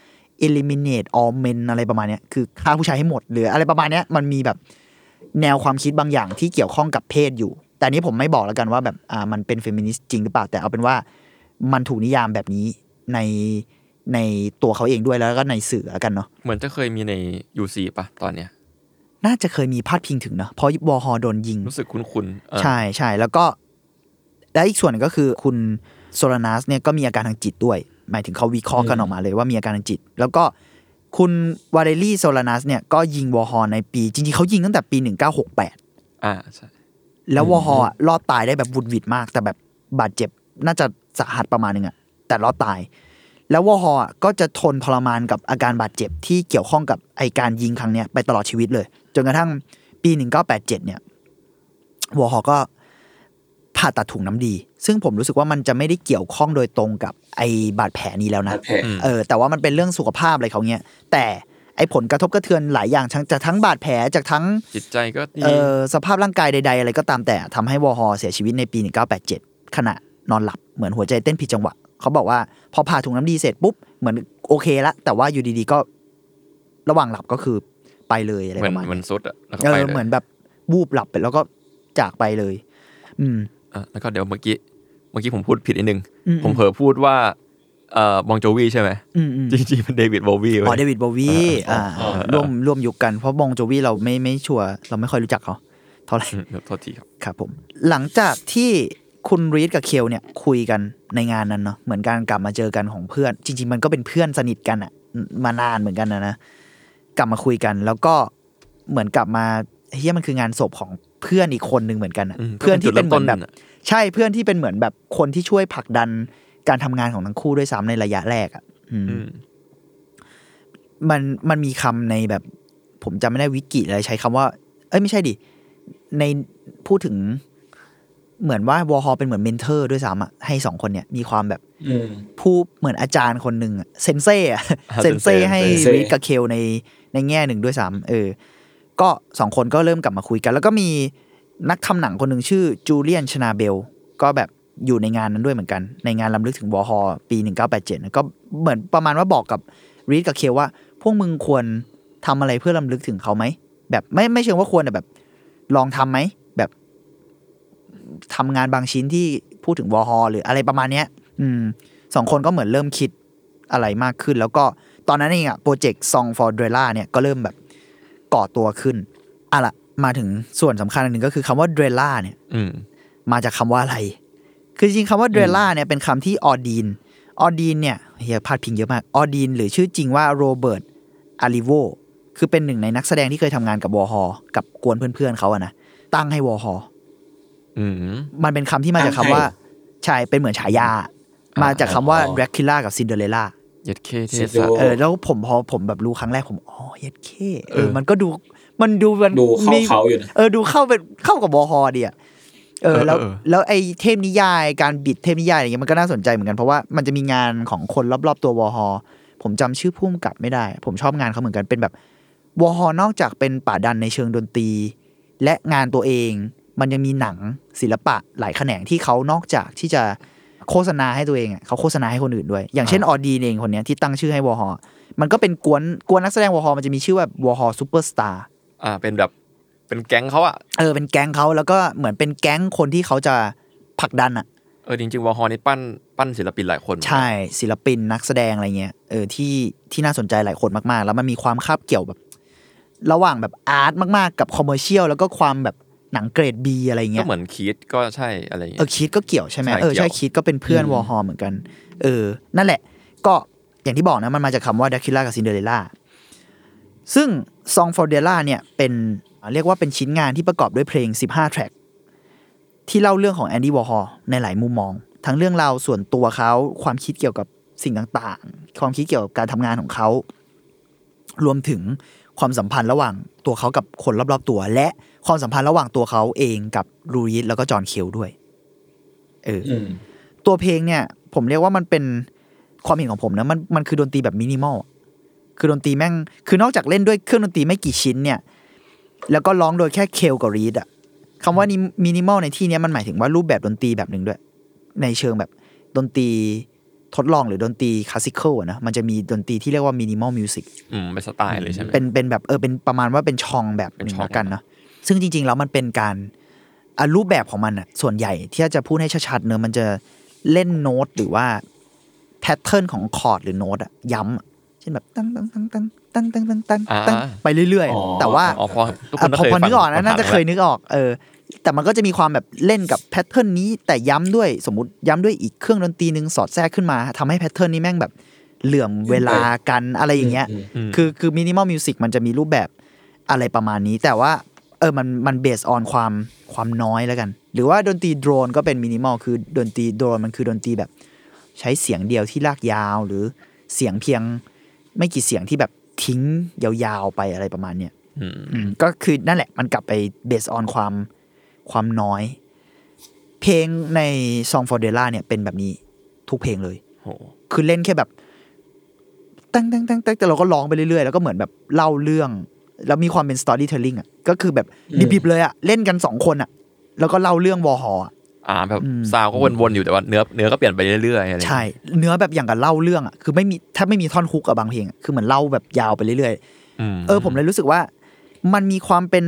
eliminate all men อะไรประมาณเนี้ยคือฆ่าผู้ชายให้หมดหรืออะไรประมาณเนี้ยมันมีแบบแนวความคิดบางอย่างที่เกี่ยวข้องกับเพศอยู่แต่นี้ผมไม่บอกแล้วกันว่าแบบอ่ามันเป็นเฟมินิสต์จริงหรือเปล่าแต่เอาเป็นว่ามันถูกนิยามแบบนี้ในในตัวเขาเองด้วยแล้วก็ในสื่อแล้วกันเนาะเหมือนจะเคยมีใน ยู ซี ป่ะตอนเนี้ยน่าจะเคยมีพาดพิงถึงเนาะเพราะวอฮอโดนยิงรู้สึกคุ้นๆใช่ใช่แล้วก็และอีกส่วนนึงก็คือคุณโซลานัสเนี่ยก็มีอาการทางจิตด้วยหมายถึงเขาวิเคราะห์กันออกมาเลยว่ามีอาการทางจิตแล้วก็คุณวาเลรี่โซลานัสเนี่ยก็ยิงวอฮอในปีจริงๆเขายิงตั้งแต่ปีหนึ่งเก้าหกแปดอ่าใช่แล้ววอฮอรอดตายได้แบบวุดวิดมากแต่แบบบาดเจ็บน่าจะสาหัสประมาณนึงอ่ะแต่รอดตายแล้ววอฮอก็จะทนทรมานกับอาการบาดเจ็บที่เกี่ยวข้องกับไอการยิงครั้งเนี้ยไปตลอดชีวิตเลยจนกระทั่งปีหนึ่งเก้าแปดเจ็ดเนี่ยวอฮอก็ผ่าตัดถุงน้ำดีซึ่งผมรู้สึกว่ามันจะไม่ได้เกี่ยวข้องโดยตรงกับไอบาดแผลนี้แล้วนะเออแต่ว่ามันเป็นเรื่องสุขภาพอะไรเขาเนี้ยแต่ไอผลกระทบกระเทือนหลายอย่างจากทั้งบาดแผลจากทั้งจิตใจก็เออสภาพร่างกายใดๆอะไรก็ตามแต่ทำให้วอฮอเสียชีวิตในปีหนึ่งเก้าแปดเจ็ดขณะนอนหลับเหมือนหัวใจเต้นผิดจังหวะเขาบอกว่าพอผ่าถุงน้ำดีเสร็จปุ๊บเหมือนโอเคละแต่ว่าอยู่ดีๆก็ระหว่างหลับก็คือไปเลยอะไรประมาณมันสุดอ่ะเออเหมือนแบบวูบหลับไปแล้วก็จากไปเลยอืมอ่ะแล้วก็เดี๋ยวเมื่อกี้เมื่อกี้ผมพูดผิดนิดนึงผมเผลอพูดว่าเอ่อบองโจวีใช่ไหมจริงๆเป็นเดวิดโบวีอ๋อเดวิดโบวีอ่าร่วมร่วมยุคกันเพราะบองโจวีเราไม่ไม่ชัวร์เราไม่ค่อยรู้จักเขาเท่าไหร่โทษทีครับครับผมหลังจากที่คุณรีดกับเคลเนี่ยคุยกันในงานนั้นเนาะเหมือนการกลับมาเจอกันของเพื่อนจริงๆมันก็เป็นเพื่อนสนิทกันอะมานานเหมือนกันนะนะกลับมาคุยกันแล้วก็เหมือนกลับมาเฮียมันคืองานศพของเพื่อนอีกคนนึงเหมือนกันอะเพื่อนที่เป็นเหมือนแบบใช่เพื่อนที่เป็นเหมือนแบบคนที่ช่วยผลักดันการทำงานของทั้งคู่ด้วยซ้ำในระยะแรกอ่ะมันมันมีคำในแบบผมจำไม่ได้วิกิอะไรใช้คำว่าเอ้ยไม่ใช่ดิในพูดถึงเหมือนว่าวอฮอเป็นเหมือนเมนเทอร์ด้วยซ้ำอ่ะให้สองคนเนี่ยมีความแบบผู้เหมือนอาจารย์คนหนึ่งเซนเซ่อะเซนเซ่ให้ริกกับเคลในในแง่หนึ่งด้วยซ้ำเออก็สองคนก็เริ่มกลับมาคุยกันแล้วก็มีนักทำหนังคนหนึ่งชื่อจูเลียนชนาเบลก็แบบอยู่ในงานนั้นด้วยเหมือนกันในงานรำลึกถึงวอฮอปีหนึ่งเก้าแปดเจ็ดก็เหมือนประมาณว่าบอกกับรีดกับเคลว่าพวกมึงควรทำอะไรเพื่อรำลึกถึงเขาไหมแบบไม่ไม่เชิงว่าควรแต่แบบลองทำไหมแบบทำงานบางชิ้นที่พูดถึงวอฮอหรืออะไรประมาณเนี้ยอืมสองคนก็เหมือนเริ่มคิดอะไรมากขึ้นแล้วก็ตอนนั้นเองอะโปรเจกต์ Song for Drella เนี่ยก็เริ่มแบบก่อตัวขึ้นอ่ะล่ะมาถึงส่วนสำคัญอันหนึ่งก็คือคำว่า Drella เนี่ยมาจากคำว่าอะไรคือจริงๆคำว่า Drella เนี่ยเป็นคำที่ออดีนออดีนเนี่ยเฮียพาดพิงเยอะมากออดีนหรือชื่อจริงว่าโรเบิร์ตอาริโวคือเป็นหนึ่งในนักแสดงที่เคยทำงานกับวอฮอกับกวนเพื่อนๆเขาอะนะตั้งให้วอฮอมันเป็นคำที่มาจากคำว่าใช่เป็นเหมือนฉายามาจากคำว่า Dracula กับ Cinderella เย็ดเคเทสเออแล้วผมพอผมแบบรู้ครั้งแรกผมอ๋อเย็ดเคเออมันก็ดูมันดูมันดูเข้าเขาอยู่นะเออดูเข้าเป็นเข้ากับวอฮอดีอะเออแล้วแล้วไอ้เทพนิยายการบิดเทพนิยายอะไรเงี้ยมันก็น่าสนใจเหมือนกันเพราะว่ามันจะมีงานของคนรอบๆตัววอฮอผมจำชื่อพุ่มกับไม่ได้ผมชอบงานเขาเหมือนกันเป็นแบบวอฮอนอกจากเป็นป่าดันในเชิงดนตรีและงานตัวเองมันยังมีหนังศิลปะหลายแขนงที่เขานอกจากที่จะโฆษณาให้ตัวเองอ่ะเขาโฆษณาให้คนอื่นด้วยอย่างเช่นออดีนเองคนเนี้ยที่ตั้งชื่อให้วอฮอมันก็เป็นกวนกวนนักแสดงวอฮอมันจะมีชื่อแบบวอฮอซูเปอร์สตาร์อ่าเป็นแบบเป็นแก๊งเขาอ่ะเออเป็นแก๊งเขาแล้วก็เหมือนเป็นแก๊งคนที่เขาจะผลักดันอ่ะเออจริงๆวอฮอนี่ปั้นปั้นศิลปินหลายคนใช่ศิลปินนักแสดงอะไรเงี้ยเออที่ที่น่าสนใจหลายคนมากๆแล้วมันมีความคาบเกี่ยวแบบระหว่างแบบอาร์ตมากๆกับคอมเมอร์เชียลแล้วก็ความแบบหนังเกรด B อะไรเงี้ยก็เหมือนคีดก็ใช่อะไรเงี้ยเออคีดก็เกี่ยวใช่ไหมเออใช่คีดก็เป็นเพื่อนวอฮอเหมือนกันเออนั่นแหละก็อย่างที่บอกนะมันมาจากคำว่า Dracula กับ Cinderella ซึ่ง Song for Drella เนี่ยเป็นเรียกว่าเป็นชิ้นงานที่ประกอบด้วยเพลงสิบห้าแทร็กที่เล่าเรื่องของแอนดี้วอร์ฮอลในหลายมุมมองทั้งเรื่องราวส่วนตัวเขาความคิดเกี่ยวกับสิ่งต่างๆความคิดเกี่ยวกับการทำงานของเขารวมถึงความสัมพันธ์ระหว่างตัวเขากับคนรอบๆตัวและความสัมพันธ์ระหว่างตัวเขาเองกับรูริสแล้วก็จอห์นเคลด้วยเออตัวเพลงเนี่ยผมเรียกว่ามันเป็นความเห็นของผมนะมันมันคือดนตรีแบบมินิมอลคือดนตรีแม่งคือนอกจากเล่นด้วยเครื่องดนตรีไม่กี่ชิ้นเนี่ยแล้วก็ร้องโดยแค่เคลกับรีดอะคำว่านี้มินิมอลในที่นี้มันหมายถึงว่ารูปแบบดนตรีแบบหนึ่งด้วยในเชิงแบบดนตรีทดลองหรือดนตรีคลาสสิคอลนะมันจะมีดนตรีที่เรียกว่ามินิมอลมิวสิกอืมเป็นสไตล์เลยใช่ไหมเป็นเป็นแบบเออเป็นประมาณว่าเป็นช่องแบบนึงละกันเนาะซึ่งจริงๆแล้วมันเป็นการอ่ะรูปแบบของมันอ่ะส่วนใหญ่ที่จะพูดให้ชัดๆเนอะมันจะเล่นโน้ตหรือว่าแพทเทิร์นของคอร์ดหรือโน้ตอ่ะย้ำเช่นแบบตั้งตั้งตั้งตั้งตั้งตั้งตั้งตั้งตั้งไปเรื่อยๆแต่ว่าอ๋อพอทุกคนพอนึกออกนะน่าจะเคยนึกออกเออแต่มันก็จะมีความแบบเล่นกับแพทเทิร์นนี้แต่ย้ำด้วยสมมติย้ำด้วยอีกเครื่องดนตรีนึงสอดแทรกขึ้นมาทำให้แพทเทิร์นนี้แม่งแบบเหลื่อมเวลากันอะไรอย่างเงี้ยคือคือมินิมอลมิวสิกมันจะมีรูปแบบอะไรประมาณนี้แต่ว่าเออมันมันเบสออนความความน้อยแล้วกันหรือว่าดนตรีโดรนก็เป็นมินิมอลคือดนตรีโดรนมันคือดนตรีแบบใช้เสียงเดียวที่ลากยาวหรือเสียงเพียงไม่กี่เสียงที่แบบทิ้งยาวๆไปอะไรประมาณเนี้ยก็คือนั่นแหละมันกลับไปเบสออนความความน้อยเพลงใน Song for Della เนี่ยเป็นแบบนี้ทุกเพลงเลยคือเล่นแค่แบบตั้งตั้งตั้งตั้งแต่เราก็ร้องไปเรื่อยๆแล้วก็เหมือนแบบเล่าเรื่องแล้วมีความเป็น storytelling อ่ะก็คือแบบดิบๆเลยอ่ะเล่นกันสองคนอ่ะแล้วก็เล่าเรื่องวอฮออ่าแบบซาวก็วนๆอยู่แต่ว่าเนื้อเนื้อก็เปลี่ยนไปเรื่อยๆอะไรใช่เนื้อแบบอย่างกับเล่าเรื่องอ่ะคือไม่มีถ้าไม่มีท่อนฮุกกับบางเพลงคือเหมือนเล่าแบบยาวไปเรื่อยๆเออผมเลยรู้สึกว่ามันมีความเป็น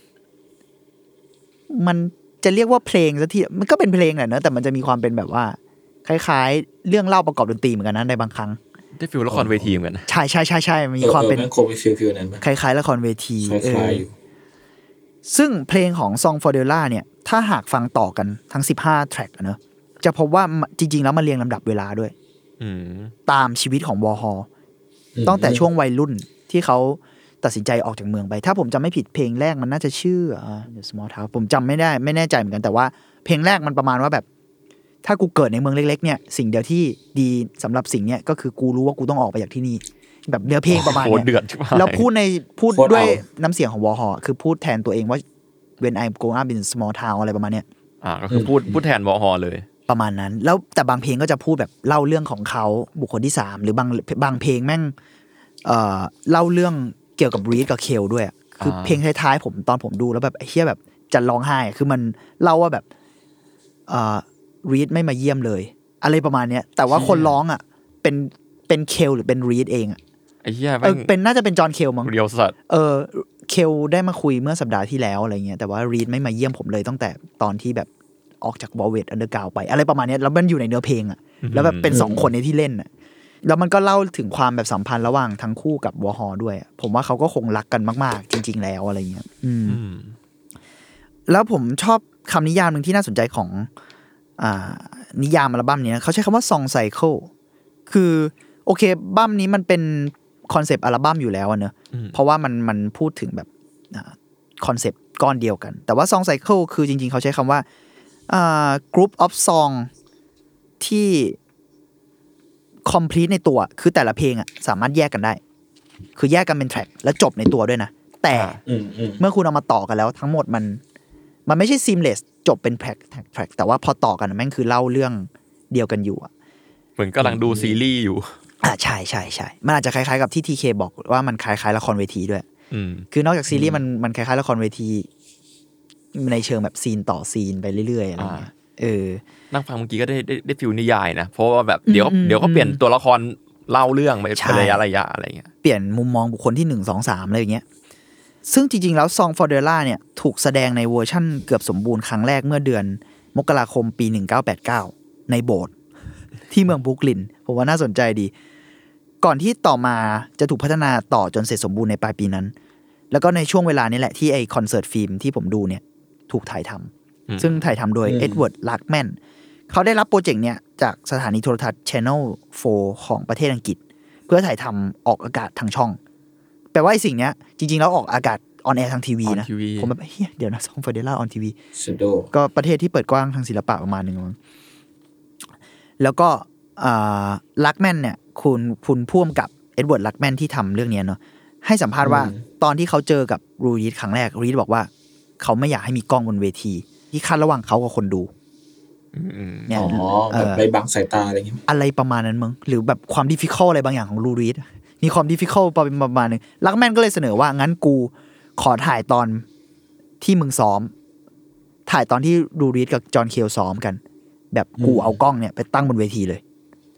มันจะเรียกว่าเพลงซะทีมันก็เป็นเพลงแหละเนอะแต่มันจะมีความเป็นแบบว่าคล้ายๆเรื่องเล่าประกอบดนตรีเหมือนกันนะในบางครั้งได้ฟีลละครเวทีเหมือนกันใช่ใช่ใช่ใช่มีความเป็นโคไปฟีลๆนั้นคล้ายๆละครเวทีเออซึ่งเพลงของ Song for Della เนี่ยถ้าหากฟังต่อกันทั้งสิบห้าแทร็กเนอะจะพบว่าจริงๆแล้วมันเรียงลำดับเวลาด้วยตามชีวิตของวอฮอตั้งแต่ช่วงวัยรุ่นที่เขาตัดสินใจออกจากเมืองไปถ้าผมจำไม่ผิดเพลงแรกมันน่าจะชื่อ The Small Town ผมจำไม่ได้ไม่แน่ใจเหมือนกันแต่ว่าเพลงแรกมันประมาณว่าแบบถ้ากูเกิดในเมืองเล็กๆเนี่ยสิ่งเดียวที่ดีสำหรับสิ่งเนี้ยก็คือกูรู้ว่ากูต้องออกไปจากที่นี่แบบเนื้อเพลงประมาณเนี้ยแล้วพูดในพูดด้วยน้ำเสียงของวอฮอคือพูดแทนตัวเองว่า when I grow up in small town อะไรประมาณเนี้ยอ่าก็คือพูดพูดแทนวอฮอเลยประมาณนั้นแล้วแต่บางเพลงก็จะพูดแบบเล่าเรื่องของเขาบุคคลที่สามหรือบางบางเพลงแม่งเอ่อเล่าเรื่องเกี่ยวกับรีดกับเคลด้วยคือเพลงท้ายๆผมตอนผมดูแล้วแบบเฮียแบบจะร้องไห้คือมันเล่าว่าแบบเอ่อรีดไม่มาเยี่ยมเลยอะไรประมาณเนี้ยแต่ว่าคนร้องอ่ะเป็นเป็นเคลหรือเป็นรีดเองอ่ะไอ้เหี้ยเออเป็นน่าจะเป็นจอห์นเคลมั้งเรียวสัตว์เออเคลได้มาคุยเมื่อสัปดาห์ที่แล้วอะไรเงี้ยแต่ว่ารีดไม่มาเยี่ยมผมเลยตั้งแต่ตอนที่แบบออกจากวอลเวตอันเดอร์กราวไปอะไรประมาณนี้แล้วมันอยู่ในเนื้อเพลงอ่ะแล้วแบบเป็นสองคนในที่เล่นอ่ะแล้วมันก็เล่าถึงความแบบสัมพันธ์ระหว่างทั้งคู่กับวอฮอด้วยผมว่าเขาก็คงรักกันมากๆจริงๆแล้วอะไรเงี้ยอืมแล้วผมชอบคำนิยามหนึ่งที่น่าสนใจของอ่านิยามอัลบั้มนี้เขาใช้คำว่า song cycle คือโอเคบั้มนี้มันเป็นคอนเซปต์อัลบั้มอยู่แล้วเนอะเพราะว่ามันมันพูดถึงแบบคอนเซปต์ก้อนเดียวกันแต่ว่า song cycle คือจริงๆเขาใช้คำว่าอ่า group of song ที่ complete ในตัวคือแต่ละเพลงอ่ะสามารถแยกกันได้คือแยกกันเป็นแทร็กและจบในตัวด้วยนะแต่เมื่อคุณเอามาต่อกันแล้วทั้งหมดมันมันไม่ใช่ seamless จบเป็นแทร็กแทร็กแต่ว่าพอต่อกันแม่งคือเล่าเรื่องเดียวกันอยู่อ่ะเหมือนกำลังดูซีรีส์อยู่อ่าใช่ใช่ใช่มันอาจจะคล้ายๆกับที่ ที เค บอกว่ามันคล้ายๆละครเวทีด้วยคือนอกจากซีรีส์มันมันคล้ายๆละครเวทีในเชิงแบบซีนต่อซีนไปเรื่อยๆอะไรเงี้ยเออนั่งฟังเมื่อกี้ก็ได้ได้ได้ฟิลนิยายนะเพราะว่าแบบเดี๋ยวเดี๋ยวก็เปลี่ยนตัวละครเล่าเรื่องไปเป็นระยะระยะอะไรเงี้ยเปลี่ยนมุมมองบุคคลที่หนึ่ง สอง สามอะไรอย่างเงี้ยซึ่งจริงๆแล้ว Song for Della เนี่ยถูกแสดงในเวอร์ชั่นเกือบสมบูรณ์ครั้งแรกเมื่อเดือนมกราคมปีหนึ่งเก้าแปดเก้าในโบสถ์ที่เมืองบรุกลินผมว่าน่าสนใจดีก่อนที่ต่อมาจะถูกพัฒนาต่อจนเสร็จสมบูรณ์ในปลายปีนั้นแล้วก็ในช่วงเวลานี้แหละที่ไอคอนเสิร์ตฟิล์มที่ผมดูเนี่ยถูกถ่ายทำซึ่งถ่ายทำโดยเอ็ดเวิร์ด ลักแมนเขาได้รับโปรเจกต์เนี่ยจากสถานีโทรทัศน์ Channel โฟร์ ของประเทศอังกฤษเพื่อถ่ายทำออกอากาศทางช่องแปลว่าไอสิ่งเนี้ยจริงๆแล้วออกอากาศออนแอร์ทางทีวีนะผมแบบเฮ้ยเดี๋ยวนะ Song for Della ออนทีวีก็ประเทศที่เปิดกว้างทางศิลปะประมาณนึงมั้งแล้วก็ลักแมนเนี่ยคุณคุณพ่วงกับเอ็ดเวิร์ด ลักแมนที่ทำเรื่องนี้เนาะให้สัมภาษณ์ว่าตอนที่เขาเจอกับรูรีดครั้งแรกรูรีดบอกว่าเขาไม่อยากให้มีกล้องบนเวทีที่ขั้นระหว่างเขากับคนดูเนี่ยอ๋อแบบไปบังสายตาอะไรอย่างเงี้ยอะไรประมาณนั้นมึงหรือแบบความดิฟิคัลอะไรบางอย่างของรูรีดมีความดิฟิคัลประมาณนึงลักแมนก็เลยเสนอว่างั้นกูขอถ่ายตอนที่มึงซ้อมถ่ายตอนที่รูรีดกับจอห์นเคลซ้อมกันแบบกูเอากล้องเนี่ยไปตั้งบนเวทีเลย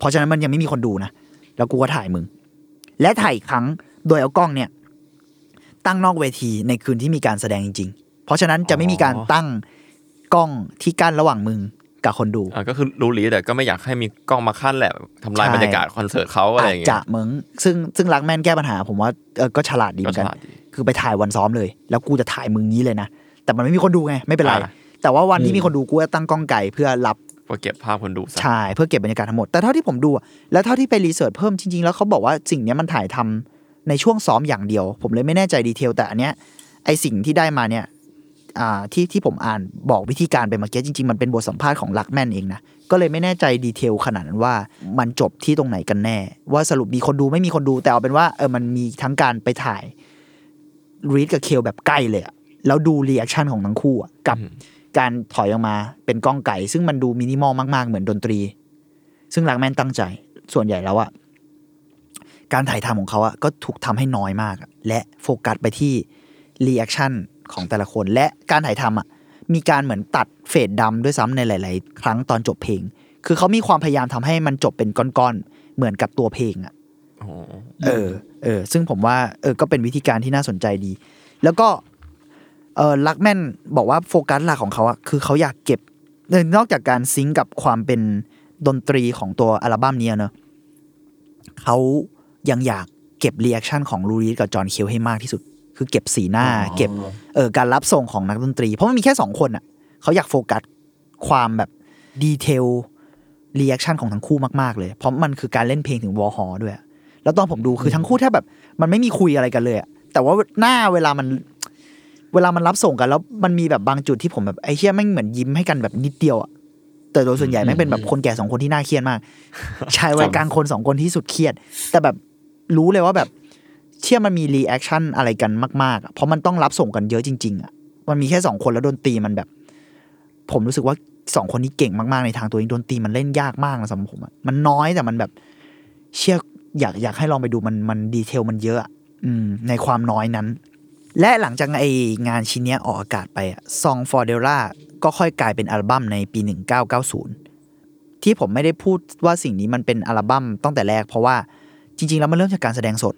เพราะฉะนั้นมันยังไม่มีคนดูนะแล้วกูก็ถ่ายมึงและถ่ายอีกครั้งโดยเอากล้องเนี่ยตั้งนอกเวทีในคืนที่มีการแสดงจริงๆเพราะฉะนั้นจะไม่มีการตั้งกล้องที่กั้นระหว่างมึงกับคนดูอ่าก็คือรู้หลีแต่ก็ไม่อยากให้มีกล้องมาขั้นแหละทำลายบรรยากาศคอนเสิร์ตเขาอะไรอย่างเงี้ยจะมึงซึ่งซึ่งรักแม่นแก้ปัญหาผมว่าเออก็ฉลาดดีเหมือนกันคือไปถ่ายวันซ้อมเลยแล้วกูจะถ่ายมึงนี้เลยนะแต่มันไม่มีคนดูไงไม่เป็นไรแต่ว่าวันที่มีคนดูกูจะตั้งกล้องไกลเพื่อรับเพื่อเก็บภาพคนดูใช่เพื่อเก็บบรรยากาศทั้งหมดแต่เท่าที่ผมดูแล้วเท่าที่ไปรีเสิร์ชเพิ่มจริงๆแล้วเขาบอกว่าสิ่งนี้มันถ่ายทำในช่วงซ้อมอย่างเดียวผมเลยไม่แน่ใจดีเทลแต่อันเนี้ยไอสิ่งที่ได้มาเนี่ยอ่าที่ที่ผมอ่านบอกวิธีการไปเมื่อกี้จริงๆมันเป็นบทสัมภาษณ์ของลักแมนเองนะก็เลยไม่แน่ใจดีเทลขนาดนั้นว่ามันจบที่ตรงไหนกันแน่ว่าสรุปมีคนดูไม่มีคนดูแต่เอาเป็นว่าเออมันมีทั้งการไปถ่ายรีดกับเคลแบบใกล้เลยแล้วดูรีแอคชั่นของทั้งคู่กับการถอยออกมาเป็นกล้องไก่ซึ่งมันดูมินิมอลมากๆเหมือนดนตรีซึ่งลักแมนตั้งใจส่วนใหญ่แล้วอะการถ่ายทำของเขาอะก็ถูกทำให้น้อยมากและโฟกัสไปที่รีแอคชั่นของแต่ละคนและการถ่ายทำอะมีการเหมือนตัดเฟดดำด้วยซ้ำในหลายๆครั้งตอนจบเพลงคือเขามีความพยายามทำให้มันจบเป็นก้อนๆเหมือนกับตัวเพลงอะเออเออซึ่งผมว่าเออก็เป็นวิธีการที่น่าสนใจดีแล้วก็เออลักแมนบอกว่าโฟกัสหลักของเขาอะคือเขาอยากเก็บนอกจากการซิงก์กับความเป็นดนตรีของตัวอัลบั้มนี้เนอะเขายังอยากเก็บรีแอคชั่นของลูริสกับจอห์นเคลให้มากที่สุดคือเก็บสีหน้าเก็บเออการรับส่งของนักดนตรีเพราะมันมีแค่สองคนอ่ะเขาอยากโฟกัสความแบบดีเทลรีแอคชั่นของทั้งคู่มากๆเลยเพราะมันคือการเล่นเพลงถึงวอร์ฮอลด้วยแล้วตอนผมดูคือทั้งคู่แทบแบบมันไม่มีคุยอะไรกันเลยอ่ะแต่ว่าหน้าเวลามันเวลามันรับส่งกันแล้วมันมีแบบบางจุดที่ผมแบบไอ้เหี้ยแม่งเหมือนยิ้มให้กันแบบนิดเดียวอ่ะแต่โดยส่วนใหญ่แม่งเป็นแบบคนแก่สองคนที่น่าเครียดมากชายวัยกลางคนสองคนที่สุดเครียดแต่แบบรู้เลยว่าแบบเชื่อมันมีรีแอคชั่นอะไรกันมากๆเพราะมันต้องรับส่งกันเยอะจริงๆอ่ะมันมีแค่สองคนแล้วดนตรีมันแบบผมรู้สึกว่าสองคนนี้เก่งมากๆในทางตัวเองดนตรีมันเล่นยากมากนะสำหรับผมอ่ะมันน้อยแต่มันแบบเชื่ออยากอยากให้ลองไปดูมันมันดีเทลมันเยอะอืมในความน้อยนั้นและหลังจากไองานชิ้นนี้ออกอากาศไปอ่ะ Song for Della ก็ค่อยกลายเป็นอัลบั้มในปีหนึ่งพันเก้าร้อยเก้าสิบที่ผมไม่ได้พูดว่าสิ่งนี้มันเป็นอัลบั้มตั้งแต่แรกเพราะว่าจริงๆแล้วมันเริ่มจากการแสดงสด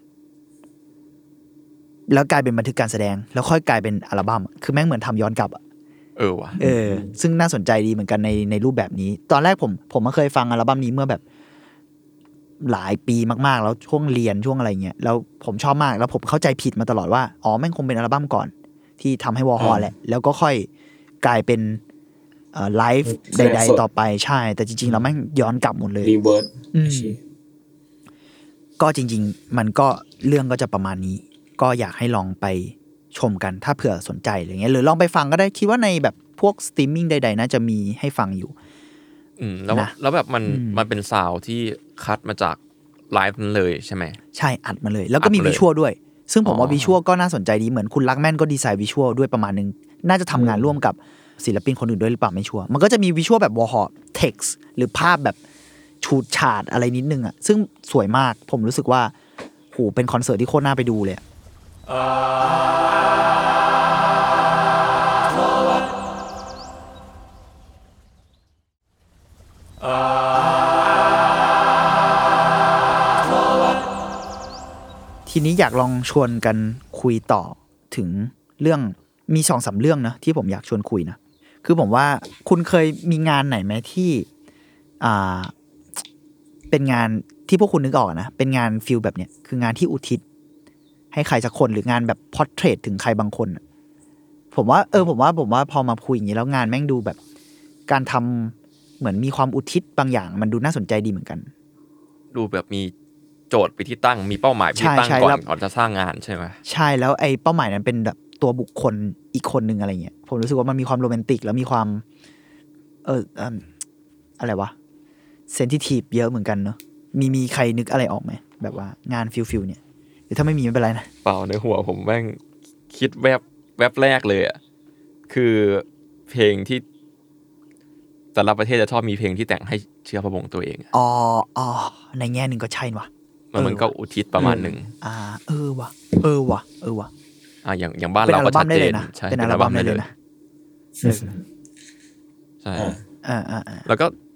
แล้วกลายเป็นบันทึกการแสดงแล้วค่อยกลายเป็นอัลบั้มคือแม่งเหมือนทำย้อนกลับอ่ะเออว่ะเออซึ่งน่าสนใจดีเหมือนกันในในรูปแบบนี้ตอนแรกผมผมก็เคยฟังอัลบั้มนี้เมื่อแบบหลายปีมากๆแล้วช่วงเรียนช่วงอะไรเงี้ยแล้วผมชอบมากแล้วผมเข้าใจผิดมาตลอดว่าอ๋อแม่งคงเป็นอัลบั้มก่อนที่ทำให้วอร์ฮอลแหละแล้วก็ค่อยกลายเป็นเอ่อไลฟ์ใดๆต่อไปใช่แต่จริงๆแล้วแม่งย้อนกลับหมดเลยรีเวิร์สก็จริงๆมันก็เรื่องก็จะประมาณนี้ก็อยากให้ลองไปชมกันถ้าเผื่อสนใจอะไรเงี้ยหรือลองไปฟังก็ได้คิดว่าในแบบพวกสตรีมมิ่งใดๆน่าจะมีให้ฟังอยู่อืมแล้วแล้วแบบมันมันเป็นซาวด์ที่คัดมาจากไลฟ์นั้นเลยใช่ไหมใช่อัดมาเลยแล้วก็มีวิชวลด้วยซึ่งผมว่าวิชวลก็น่าสนใจดีเหมือนคุณลักแม่นก็ดีไซน์วิชวลด้วยประมาณนึงน่าจะทำงานร่วมกับศิลปินคนอื่นด้วยหรือเปล่าไม่ชัวร์มันก็จะมีวิชวลแบบวอลฮอลเท็กซ์หรือภาพแบบฉูดฉาดอะไรนิดนึงอ่ะซึ่งสวยมากผมรู้สึกว่าโหเป็นคอนเสิร์ตที่โคตรน่าไปดูเลยทีนี้อยากลองชวนกันคุยต่อถึงเรื่องมี สองสาม เรื่องนะที่ผมอยากชวนคุยนะคือผมว่าคุณเคยมีงานไหนไหมที่อ่าเป็นงานที่พวกคุณนึกออกนะเป็นงานฟีลแบบเนี้ยคืองานที่อุทิศให้ใครสักคนหรืองานแบบพอร์เทรตถึงใครบางคนผมว่าเออผมว่าผมว่าพอมาคุยอย่างนี้แล้วงานแม่งดูแบบการทำเหมือนมีความอุทิศบางอย่างมันดูน่าสนใจดีเหมือนกันดูแบบมีโจทย์ไปที่ตั้งมีเป้าหมายไปที่ตั้งก่อนก่อนจะสร้างงานใช่ไหมใช่แล้วไอ้เป้าหมายนั้นเป็นแบบตัวบุคคลอีกคนนึงอะไรเงี้ยผมรู้สึกว่ามันมีความโรแมนติกแล้วมีความเอออะไรวะเซนซิทีฟเยอะเหมือนกันเนอะมีมีใครนึกอะไรออกไหมแบบว่างานฟิลฟิลเนี่ยหรือถ้าไม่มีไม่เป็นไรนะเปล่าในหัวผมแม่งคิดแวบแวบแรกเลยอ่ะคือเพลงที่แต่ละประเทศจะชอบมีเพลงที่แต่งให้เชื้อพระวงศ์ตัวเองอ๋ออ๋อในแง่นึงก็ใช่ว่ะมันมันก็อุทิศประมาณนึงอ่าเออว่ะเออว่ะเออว่ะอ่าอย่างอย่างบ้านเราก็ชัดเจนใช่เป็นอัลบั้มได้เลยนะใช่อ่าๆๆแล้วก็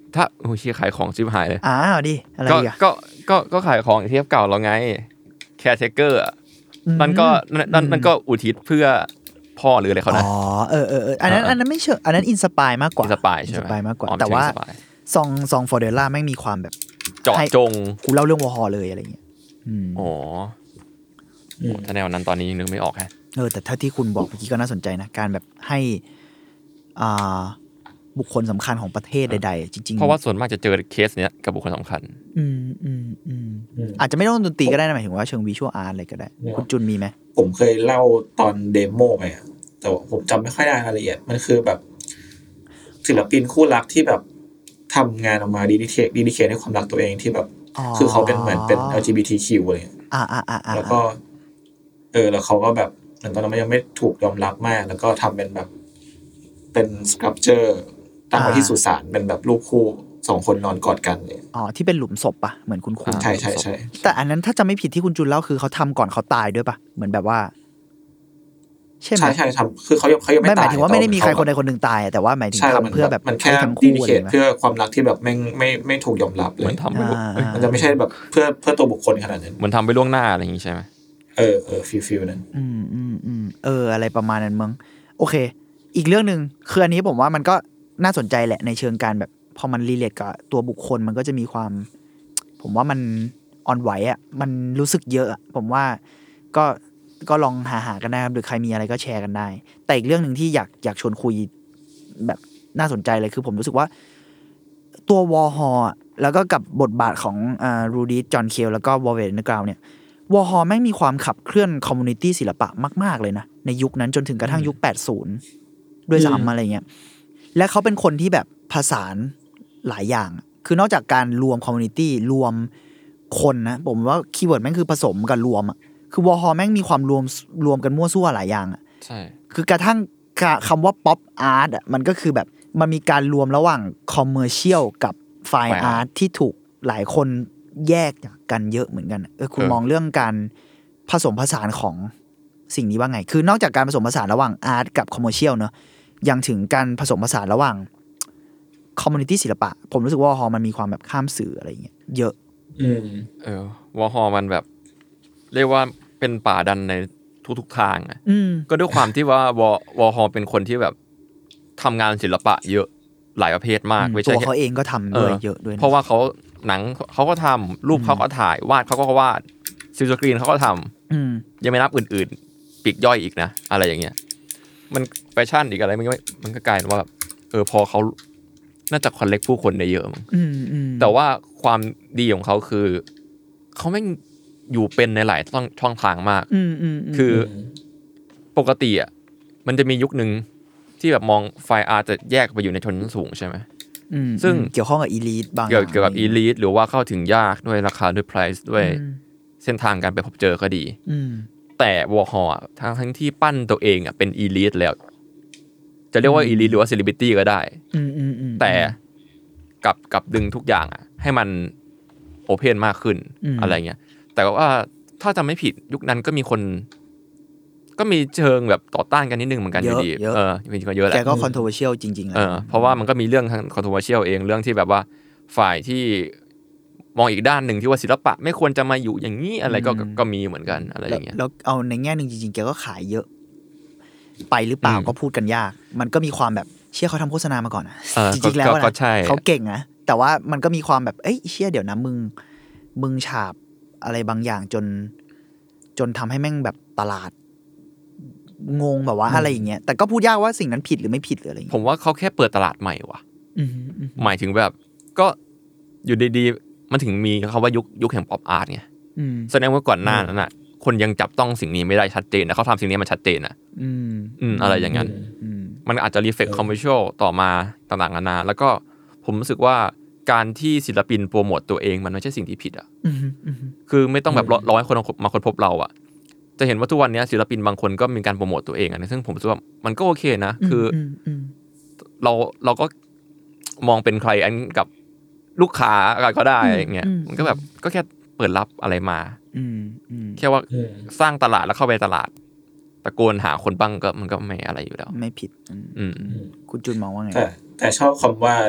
ถ้าโอ้ยขายของชิบหายเลยอ้าวดิอะไรก็อ่ะก็ก็ก็ขายของเทียบเก่าเราไงแคร์เทเกอร์นั่นก็นั่นนั่นก็อุทิศเพื่อพ่อหรืออะไรเขานะอ๋อเออเอออันนั้นอันนั้นไม่เชิงอันนั้นอินสปายมากกว่าอินสปายใช่ไหมอินสปายมากกว่าแต่ว่าซองซองฟอร์เดล่าไม่มีความแบบเจาะจงกูเล่าเรื่องวอร์ฮอลเลยอะไรเงี้ยอ๋อถ้าแนวนั้นตอนนี้ยังนึกไม่ออกฮะเออแต่ถ้าที่คุณบอกเมื่อกี้ก็น่าสนใจนะการแบบให้อ่าบุคคลสำคัญของประเทศใดๆจริงๆเพราะว่าส่วนมากจะเจอเคสเนี้ยกับบุคคลสำคัญอืมอืมอืมอาจจะไม่ต้องดนตรีก็ได้นะหมายถึงว่าเชิงวิชวลอาร์ตอะไรก็ได้คุณจุนมีไหมผมเคยเล่าตอนเดโมไปอ่ะแต่ผมจำไม่ค่อยได้รายละเอียดมันคือแบบศิลปินคู่รักที่แบบทำงานออกมาดีดิเคทดีดิเคทให้ความรักตัวเองที่แบบคือเขาเป็นเหมือนเป็น แอล จี บี ที คิว อะไรอ่าอ่าอ่าแล้วก็เออแล้วเขาก็แบบเหมือนตอนนั้นมันยังไม่ถูกยอมรับมากแล้วก็ทำเป็นแบบเป็นสครับเจอร์ตั้งไว้ที่สุสานเป็นแบบรูปคู่สองคนนอนกอดกันเลยอ๋อที่เป็นหลุมศพปะเหมือนคุณคุณใช่ใช่ใช่แต่อันนั้นถ้าจะไม่ผิดที่คุณจุนเล่าคือเขาทำก่อนเขาตายด้วยปะเหมือนแบบว่าใช่ไหมใช่ใช่ทำคือเขายังเขายังไม่ตายหมายถึงว่าไม่ได้มีใครคนใดคนหนึ่งตายแต่ว่าหมายถึงทำเพื่อแบบมันแค่ทั้งคู่เลยเพื่อความรักที่แบบไม่ไม่ไม่ถูกยอมรับเลยมันทำไปมันจะไม่ใช่แบบเพื่อเพื่อตัวบุคคลขนาดนั้นมันทำไปล่วงหน้าอะไรอย่างงี้ใช่ไหมเออเออฟิลฟิลนั้นอืมอืมอืมเอออะไรประมาณนั้นมั้งโอเคอีกเรื่องนึงคืออันนี้ผมว่ามันก็น่าสนใจแหละในเชิงการแบบพอมันรีเลทกับตัวบุคคลมันก็จะมีความผมว่ามันอ่อนไหวอ่ะมันรู้สึกเยอะผมว่าก็ก็ลองหาหากันได้ครับหรือใครมีอะไรก็แชร์กันได้แต่อีกเรื่องนึงที่อยากอยากชวนคุยแบบน่าสนใจเลยคือผมรู้สึกว่าตัววอร์ฮอลแล้วก็กับบทบาทของอ่ารูดี้จอห์นเคลแล้วก็วอลเวอร์เนกราวเนี่ยวอร์ฮอลแม่งมีความขับเคลื่อนคอมมูนิตี้ศิลปะมากๆเลยนะในยุคนั้นจนถึงกระทั่งยุคแปดสิบด้วยซ้ำอะไรเงี้ยและเขาเป็นคนที่แบบผสานหลายอย่างคือนอกจากการรวมคอมมูนิตี้รวมคนนะผมว่าคีย์เวิร์ดแม่งคือผสมกับรวมอ่ะคือวอร์ฮอลแม่งมีความรวมรวมกันมั่วซั่วหลายอย่างอ่ะใช่คือกระทั่งคำว่าป๊อปอาร์ตอ่ะมันก็คือแบบมันมีการรวมระหว่างคอมเมอร์เชียลกับไฟน์อาร์ตที่ถูกหลายคนแยกจากกันเยอะเหมือนกันเออคุณมองเรื่องการผสมผสานของสิ่งนี้ว่าไงคือนอกจากการผสมผสานระหว่างอาร์ตกับคอมเมอร์เชียลเนอะยังถึงการผสมผสานระหว่างคอมมูนิตี้ศิลปะผมรู้สึกว่าวอร์ฮอลมันมีความแบบข้ามสื่ออะไรอย่างเงี้ยเยอะอืมเออวอร์ฮอลมันแบบเรียกว่าเป็นป่าดันในทุกๆทางอ่ะก็ด้วยความที่ว่าวอวอร์ฮอลเป็นคนที่แบบทำงานศิลปะเยอะหลายประเภทมากไม่ใช่ตัวเขาเองก็ทำด้วยเยอะด้วยเพราะว่าเขาหนังเขาก็ทำรูปเขาก็ถ่ายวาดเขาก็วาดซิลสกรีนเขาก็ทำยังไม่นับอื่นๆปีกย่อยอีกนะอะไรอย่างเงี้ยมันแฟชั่นอีกอะไรมันก็มันก็กลายเป็นว่าแบบเออพอเขาน่าจะคอนเนคผู้คนได้เยอะมั้งแต่ว่าความดีของเขาคือเขาไม่อยู่เป็นในหลายช่องช่องทางมากคือปกติอ่ะมันจะมียุคนึงที่แบบมองไฟอาร์ตจะแยกไปอยู่ในชนชั้นสูงใช่ไหมซึ่งเกี่ยวข้องกับอีลีทบางเกี่ยวเกี่ยวกับอีลีทหรือว่าเข้าถึงยากด้วยราคาด้วยไพรซ์ด้วยเส้นทางการไปพบเจอก็ดีแต่วอร์ฮอลทั้งทั้งที่ปั้นตัวเองอ่ะเป็นอีลีทแล้วจะเรียกว่าอีลีทหรือว่าเซเลบริตี้ก็ได้แต่กับกับดึงทุกอย่างอ่ะให้มันโอเพนมากขึ้นอะไรเงี้ยแต่ว่าถ้าจำไม่ผิดยุคนั้นก็มีคนก็มีเชิงแบบต่อต้านกันนิดนึงเหมือนกันอยู่ดีเออจริงๆก็เยอะแหละแกก็ controversial จริงๆแหละเออเพราะว่ามันก็มีเรื่องทั้ง controversial เองเรื่องที่แบบว่าฝ่ายที่มองอีกด้านหนึ่งที่ว่าศิลปะไม่ควรจะมาอยู่อย่างนี้อะไรก็ก็มีเหมือนกันอะไรอย่างเงี้ยแล้วเอาในแง่นึงจริงๆแกก็ขายเยอะไปหรือเปล่าก็พูดกันยากมันก็มีความแบบเชื่อเขาทำโฆษณามาก่อนจริงๆแล้วนะเขาเก่งนะแต่ว่ามันก็มีความแบบเอ้ยเชื่อเดี๋ยวนะมึงมึงฉาบอะไรบางอย่างจนจนทำให้แม่งแบบตลาดงงแบบว่าอะไรอย่างเงี้ยแต่ก็พูดยากว่าสิ่งนั้นผิดหรือไม่ผิดหรืออะไรผมว่าเขาแค่เปิดตลาดใหม่ว่ะหมายถึงแบบก็อยู่ดีๆมันถึงมีคำว่ายุคยุคแห่งป๊อปอาร์ตไงแสดงว่าก่อนหน้านั้นน่ะคนยังจับต้องสิ่งนี้ไม่ได้ชัดเจนนะเขาทำสิ่งนี้มันชัดเจนอ่ะอืมอะไรอย่างนั้นมันอาจจะรีเฟล็กคอมเมอร์เชียลต่อมาต่างๆนานาแล้วก็ผมรู้สึกว่าการที่ศิลปินโปรโมตตัวเองมันไม่ใช่สิ่งที่ผิดอ่ะคือไม่ต้องแบบรอให้คนมาค้นพบเราอ่ะจะเห็นว่าทุกวันนี้ศิลปินบางคนก็มีการโปรโมตตัวเองอ่ะซึ่งผมรู้สึกว่ามันก็โอเคนะคือเราเราก็มองเป็นใครอันกับลูกค้าก็ได้อย่างเงี้ยมันก็แบบก็แค่เปิดรับอะไรมาแค่ว่าสร้างตลาดแล้วเข้าไปตลาดตะโกนหาคนบ้างก็มันก็ไม่อะไรอยู่แล้วไม่ผิดคุณจุนมองว่าไงแต่แต่ชอบคำว่า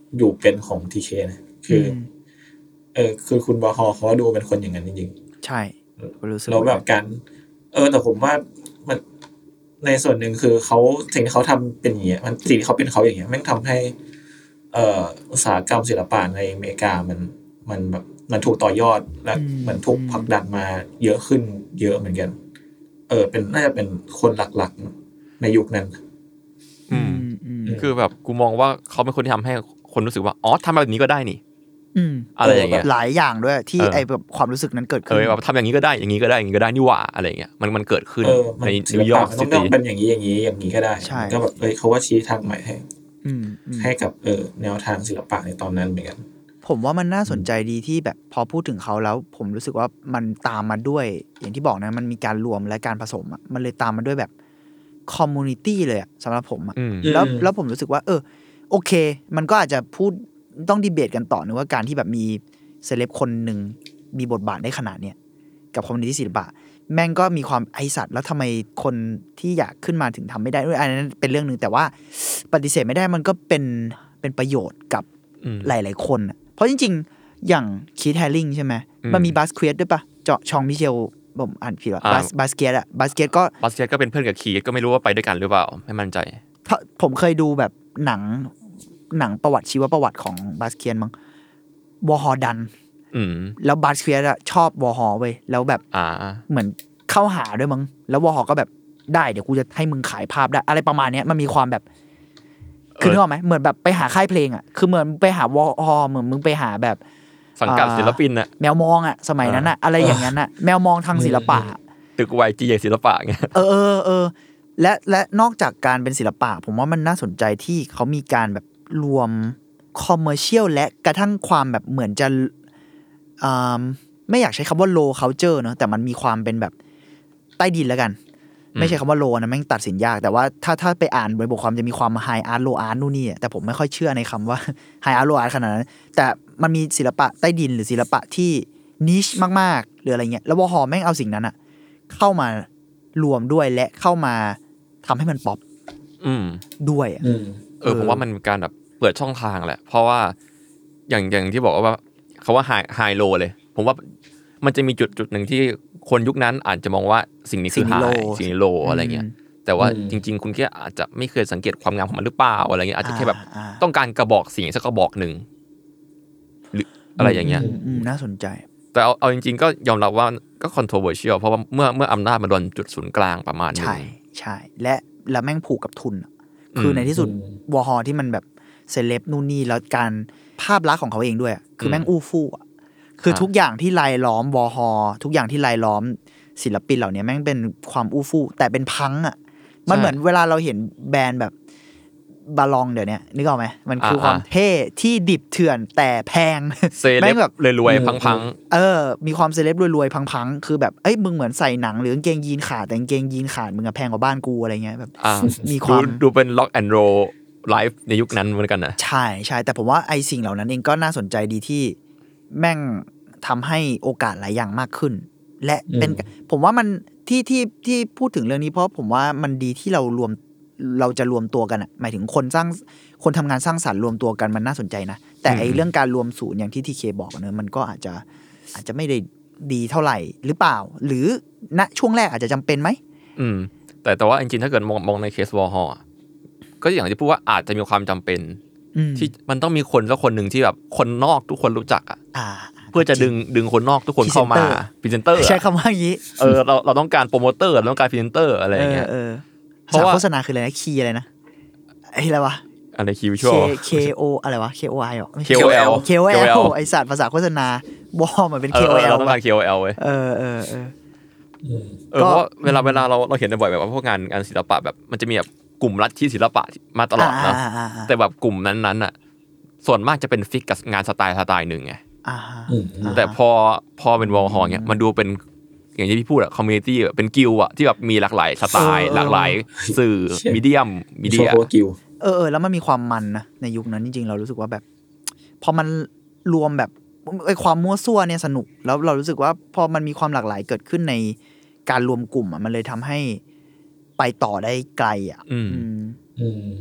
อยู่เป็นของ ที เค นะคือเออคือคุณบอฮอเขาดูเป็นคนอย่างนั้นจริงๆใช่รู้สึกแล้วแบบการเออแต่ผมว่ามันในส่วนหนึ่งคือเขาสิ่งที่เขาทำเป็นอย่างเงี้ยมันสิ่งที่เขาเป็นเขาอย่างเงี้ยแม่งทำให้เอ่ออุตสาหกรรมศิลปะในอเมริกามันมันแบบมันถูกต่อยอดและเหมือนถูกผลักดันมาเยอะขึ้นเยอะเหมือนกันเออเป็นน่าจะเป็นคนหลักๆในยุคนั้นอืมคือแบบกูมองว่าเขาเป็นคนที่ทำให้คนรู้สึกว่าอ๋อทำแบบนี้ก็ได้นี่อะไรอย่างเงี้ยหลายอย่างด้วยที่ไอ้แบบความรู้สึกนั้นเกิดขึ้นเออแบบทำอย่างนี้ก็ได้อย่างนี้ก็ได้อย่างนี้ก็ได้นี่หว่าอะไรอย่างเงี้ยมันมันเกิดขึ้นในนิวยอร์กซิตี้มันเป็นอย่างนี้อย่างนี้อย่างนี้ก็ได้ก็แบบเอ้ยเขาว่าชี้ทางใหม่ให้ให้กับเออแนวทางศิลปะในตอนนั้นเหมือนกันผมว่ามันน่าสนใจดีที่แบบพอพูดถึงเขาแล้วผมรู้สึกว่ามันตามมาด้วยอย่างที่บอกนะมันมีการรวมและการผสมอ่ะมันเลยตามมาด้วยแบบคอมมูนิตี้เลยอ่ะสำหรับผมอ่ะแล้วแล้วผมรู้สึกว่าเออโอเคมันก็อาจจะพูดต้องดีเบตกันต่อนึงว่าการที่แบบมีเซเลบคนหนึ่งมีบทบาทได้ขนาดเนี้ยกับคอมมูนิตี้ศิลปะแม่งก็มีความไอสัตว์แล้วทำไมคนที่อยากขึ้นมาถึงทำไม่ได้ด้วยอันนั้นเป็นเรื่องนึงแต่ว่าปฏิเสธไม่ได้มันก็เป็นเป็นประโยชน์กับหลายๆคนเพราะจริงๆอย่างคีทแฮริงใช่ไหมมันมีบาสเควตด้วยปะเจาะชองมิเชลผมอ่านผิดว่าบาสบาสเกตอะบาสเกตก็บาสเกตก็เป็นเพื่อนกับคีทก็ไม่รู้ว่าไปด้วยกันหรือเปล่าไม่มั่นใจผมเคยดูแบบหนังหนังประวัติชีวประวัติของบาสเกียนมั้งวอฮอดันแล้วบาสเกียนอะชอบวอฮอเว้ยแล้วแบบเหมือนเข้าหาด้วยมั้งแล้ววอฮอก็แบบได้เดี๋ยวกูจะให้มึงขายภาพได้อะไรประมาณนี้มันมีความแบบคือนึกออกไหมเหมือนแบบไปหาค่ายเพลงอ่ะคือเหมือนไปหาวอฮอเหมือนมึงไปหาแบบสังกัดศิลปินอ่ะแมวมองอ่ะสมัยนั้นอ่ะอะไรอย่างนั้นอ่ะแมวมองทางศิลปะตึกไวจีใหญ่ศิลปะเงี้ยเออเออเออและและนอกจากการเป็นศิลปะผมว่ามันน่าสนใจที่เขามีการแบบรวมคอมเมอร์เชียลและกระทั่งความแบบเหมือนจะอ่าไม่อยากใช้คำว่า low culture เนอะแต่มันมีความเป็นแบบใต้ดินแล้วกันไม่ใช่คำว่าโลนะแม่งตัดสินยากแต่ว่าถ้าถ้าไปอ่านบทความจะมีความไฮอาร์ตโลอาร์ตนู่นนี่แต่ผมไม่ค่อยเชื่อในคำว่าไฮอาร์ตโลอาร์ตขนาดนั้นแต่มันมีศิลปะใต้ดินหรือศิลปะที่นิชมากๆหรืออะไรเงี้ยแล้ววอฮอแม่งเอาสิ่งนั้นอะเข้ามารวมด้วยและเข้ามาทำให้มันป๊อปด้วยเออผมว่ามันการแบบเปิดช่องทางแหละเพราะว่าอย่างอย่างที่บอกว่าเขาว่าไฮไฮโลเลยผมว่ามันจะมีจุดจุดหนึ่งที่คนยุคนั้นอาจจะมองว่าสิ่งนี้คือไฮสิ่งนี้โลอะไรเงี้ยแต่ว่าจริงๆคุณแค่อาจจะไม่เคยสังเกตความงามของมันหรือเปล่าอะไรเงี้ยอาจจะแค่แบบต้องการกระบอกสิ่งสักกระบอกหนึ่งหรืออะไรอย่างเงี้ยน่าสนใจแต่เอาเอาจริงๆก็ยอมรับว่าก็ controversial เพราะว่าเมื่อเมื่ออำนาจมันโดนจุดศูนย์กลางประมาณนึงใช่ใช่และแล้วแม่งผูกกับทุนคือในที่สุดวอฮอที่มันแบบเซเลบนู่นนี่แล้วการภาพลักษณ์ของเขาเองด้วยคือแม่งอู้ฟู่คือทุกอย่างที่รายล้อมวอฮอทุกอย่างที่รายล้อมศิลปินเหล่านี้แม่งเป็นความอู้ฟู่แต่เป็นพังอ่ะมันเหมือนเวลาเราเห็นแบรนด์แบบบาลองเดี๋ยวนี้นึกออกไหมมันคือความเท่ที่ดิบเถื่อนแต่แพงแม่งแบบรวยๆพังๆเออมีความเซเลบรวยๆพังๆคือแบบเอ้ยมึงเหมือนใส่หนังหรือกางเกงยีนขาดแต่กางเกงยีนขาดมึงอะแพงกว่าบ้านกูอะไรเงี้ยแบบมีความดูเป็นล็อกแอนด์โรลไลฟ์ในยุคนั้นเหมือนกันนะใช่ใช่แต่ผมว่าไอ้สิ่งเหล่านั้นเองก็น่าสนใจดีที่แม่งทำให้โอกาสหลายอย่างมากขึ้นและเป็นผมว่ามันที่ที่ที่พูดถึงเรื่องนี้เพราะผมว่ามันดีที่เรารวมเราจะรวมตัวกันอ่ะหมายถึงคนสร้างคนทำงานสร้างสรรค์รวมตัวกันมันน่าสนใจนะแต่ไอ้เรื่องการรวมศูนย์อย่างที่ทีเคบอกเนอะมันก็อาจจะอาจจะไม่ได้ดีเท่าไหร่หรือเปล่าหรือณช่วงแรกอาจจะจำเป็นไหมอืมแต่แต่ว่าจริงๆถ้าเกิดมองมองในเคสวอร์ฮอลก็อย่างที่พูดว่าอาจจะมีความจำเป็นที่มันต้องมีคนสักคนหนึ่งที่แบบคนนอกทุกคนรู้จักอ่ะเพื่อจะดึงดึงคนนอกทุกคนเข้ามาพรีเซนเตอร์ใช้คำว่าอย่างนี้เออเราเราต้องการโปรโมเตอร์เราต้องการพรีเซนเตอร์อะไรอย่างเงี้ยเพราะว่าโฆษณาคืออะไรนะคีย์อะไรนะไอ้อะไรวะอะไรคีย์วิชวล K O อะไรวะ K O I หรอ K O L K O L ไอ้ศาสตร์ภาษาโฆษณาบอมันเป็น K O L เราต้องการ K O L เว้ยเออเออเออเออเพราะเวลาเวลาเราเราเห็นบ่อยแบบว่าพวกงานงานศิลปะแบบมันจะมีแบบกลุ่มลัทธิศิลปะมาตลอดเนาะแต่แบบกลุ่มนั้นๆอ่ะส่วนมากจะเป็นฟิกกับงานสไตล์สไตล์หนึ่งไงแต่พอพอเป็นวอลฮอลเงี้ยมันดูเป็นอย่างที่พี่พูดอะคอมมูนิตี้เป็นกิลด์อะที่แบบมีหลากหลายสไตล์หลากหลายสื่อมีเดียมมีเดียเออเออแล้วมันมีความมันนะในยุคนั้นจริงๆเรารู้สึกว่าแบบพอมันรวมแบบไอ้ความมั่วซั่วเนี่ยสนุกแล้วเรารู้สึกว่าพอมันมีความหลากหลายเกิดขึ้นในการรวมกลุ่มอะมันเลยทำให้ไปต่อได้ไกลอ่ะอืมอืม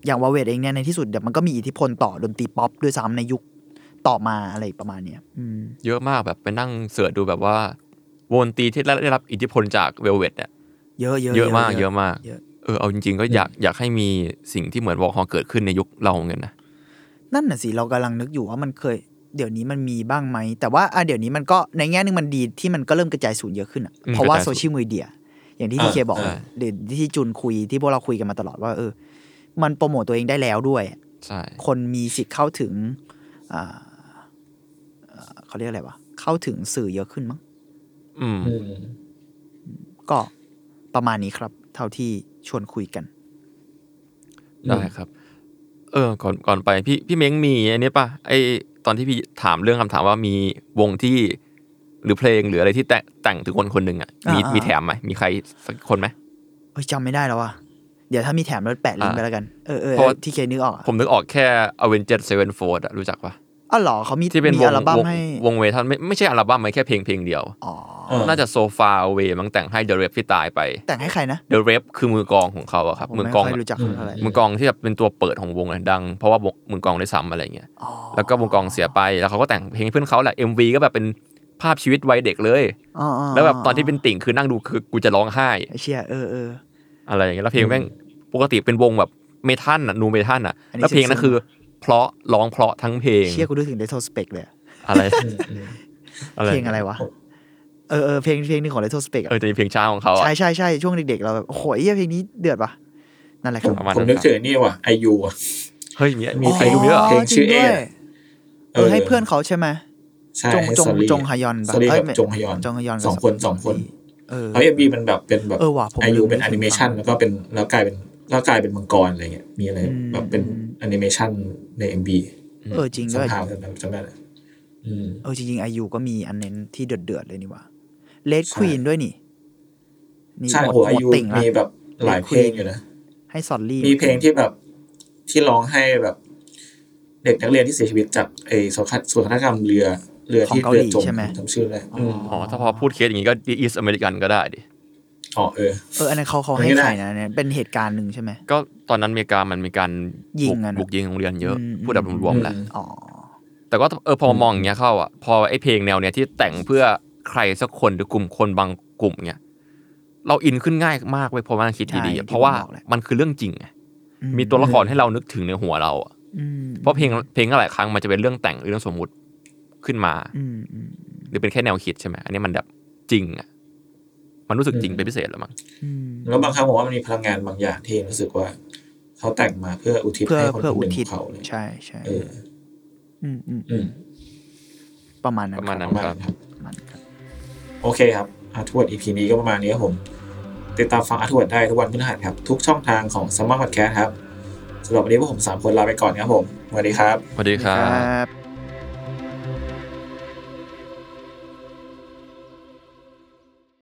อย่างวาเวดเองเนี่ยในที่สุดเดี๋ยวมันก็มีอิทธิพลต่อดนตรีป๊อปด้วยซ้ำในยุคต่อมาอะไรประมาณเนี้ยเยอะมากแบบไปนั่งเสิร์ชดูแบบว่าวงดนตรีที่ได้รับอิทธิพลจากเวลเวทเนี่ยเยอะๆเยอะมากเยอะมากเออเอาจริงๆก็อยากอยากให้มีสิ่งที่เหมือนวอลฮอลเกิดขึ้นในยุคเราเหมือนกันนะนั่นน่ะสิเรากำลังนึกอยู่ว่ามันเคยเดี๋ยวนี้มันมีบ้างไหมแต่ว่าอ่ะเดี๋ยวนี้มันก็ในแง่นึงมันดีที่มันก็เริ่มกระจายศูนย์เยอะขึ้นอ่ะเพราะว่าโซเชียลมีเดียอย่างที่ทีเคบอกหรือที่จุนคุยที่พวกเราคุยกันมาตลอดว่าเออมันโปรโมตตัวเองได้แล้วด้วยใช่คนมีสิทธิ์เข้าถึงอ่าเขาเรียกอะไรวะเข้าถึงสื่อเยอะขึ้นมั้งอืมก็ประมาณนี้ครับเท่าที่ชวนคุยกันได้ครับเออก่อนก่อนไปพี่พี่เม้งมีอันนี้ป่ะไอตอนที่พี่ถามเรื่องคำถามว่ามีวงที่หรือเพลงหรืออะไรที่แต่แต่งถึงคนคนหนึ่งอ่ะมีมีแถมไหมมีใครสักคนไหมเฮ้ยจำไม่ได้แล้วว่ะเดี๋ยวถ้ามีแถมเราแปะลิงก์ไปแล้วกันเออเออที่เคนึกออกผมนึกออกแค่ Avenged Sevenfold อ่ะรู้จักป่ะอ๋อเหรอเขามีที่เป็นวงอัลบั้มให้วงเวทันไม่ไม่ใช่อัลบั้มไม่แค่เพลงเพลงเดียวอ๋อน่าจะ So Far Away มั้งแต่งให้ The Rap ที่ตายไปแต่งให้ใครนะ The Rap คือมือกลองของเขาอะครับมือกลองมือกลองที่แบบเป็นตัวเปิดของวงเลยดังเพราะว่ามือกลองได้ซ้ำอะไรเงี้ยแล้วก็วงกลองเสียไปแล้วเขาก็แต่งเพลงให้เพื่อนเขาแหละ เอ็ม วี ก็แบบเป็นภาพชีวิตวัยเด็กเลยแล้วแบบตอนที่เป็นติ่งคือนั่งดูคือกูจะร้องไห้เชี่ยเออเอออะไรอย่างเงี้ยแล้วเพลงแม่งปกติเป็นวงแบบเมทัลน่ะนูเมทัลน่ะแล้วเพลงนั้นคือเพราะร้องเพราะทั้งเพลงเชี่ยกูนึกถึง Retrospect เลยอะไรเพลงอะไรวะเออเออเพลงเพลงนึงของ Retrospect เออจะมีเพลงช้าของเขาใช่ใช่ใช่ช่วงเด็กๆเราแบบโอ้โหเหี้ยเพลงนี้เดือดป่ะนั่นแหละครับผมนึกถึงนี่ว่ะ ไอ ยู อ่ะเฮ้ยมีมีเพลงเยอะเพลงชื่อเอเออให้เพื่อนเขาใช่ไหมจงจงจงฮยอนป่ะเอ้ยจงฮยอนจงฮยอนสองคนสองคนเออ เอ็ม วี มันแบบเป็นแบบ ไอ ยู เป็นแอนิเมชั่นแล้วก็เป็นแล้วกลายเป็นแล้วกลายเป็นมังกรอะไรเงี้ยมีอะไรแบบเป็นแอนิเมชั่นใน เอ็ม วีเออจริงด้วยสภาพจำได้เลยเออจริงๆ ไอ ยู ก็มีอันเน้นที่เดือดๆเลยนี่ว่าเลดควีนด้วยนี่ใช่โอ้ ไอ ยู มีแบบหลายเพลงอยู่นะให้ซอลลี่มีเพลงที่แบบที่ร้องให้แบบเด็กนักเรียนที่เสียชีวิตจากไอ้โศกนาฏกรรมเรือเรือที่เรือจมจำชื่อได้อ๋อถ้าพอพูดเคสอย่างนี้ก็อีสต์อเมริกันก็ได้ดิอ๋อเออเอออันนั้นเขาเขาให้ใครนะเนี่ยเป็นเหตุการณ์หนึ่งใช่ไหมก็ตอนนั้นอเมริกามันมีการยิงบุกยิงโรงเรียนเยอะพูดแบบรวมๆแหละอ๋อแต่ก็เออพอมองอย่างเงี้ยเข้าอ่ะพอไอ้เพลงแนวเนี้ยที่แต่งเพื่อใครสักคนหรือกลุ่มคนบางกลุ่มเงี้ยเราอินขึ้นง่ายมากเว้ยพอมาคิดดีๆเพราะว่ามันคือเรื่องจริงไงมีตัวละครให้เรานึกถึงในหัวเราอ่ะเพราะเพลงเพลงหลายครั้งมันจะเป็นเรื่องแต่งเรื่องสมมุติขึ้นมาหรือเป็นแค่แนวคิดใช่ไหมอันนี้มันแบบจริงอ่ะมันรู้สึกจริงเป็นพิเศษหรือมั้งแล้วบางครั้งผมว่ามันมีพลังงานบางอย่างที่รู้สึกว่าเขาแต่งมาเพื่ออุทิศให้คนคนหนึ่งเขาเลยใช่ใช่เอออืมอืมอืมประมาณนั้นประมาณนั้นครับโอเคครับอาร์ทวด อี พี นี้ก็ประมาณนี้ครับผมติดตามฟังอาร์ทวดได้ทุกวันพฤหัสครับทุกช่องทางของ Summer Podcast ครับสำหรับวันนี้พวกผมสามคนลาไปก่อนครับผมสวัสดีครับสวัสดีครับ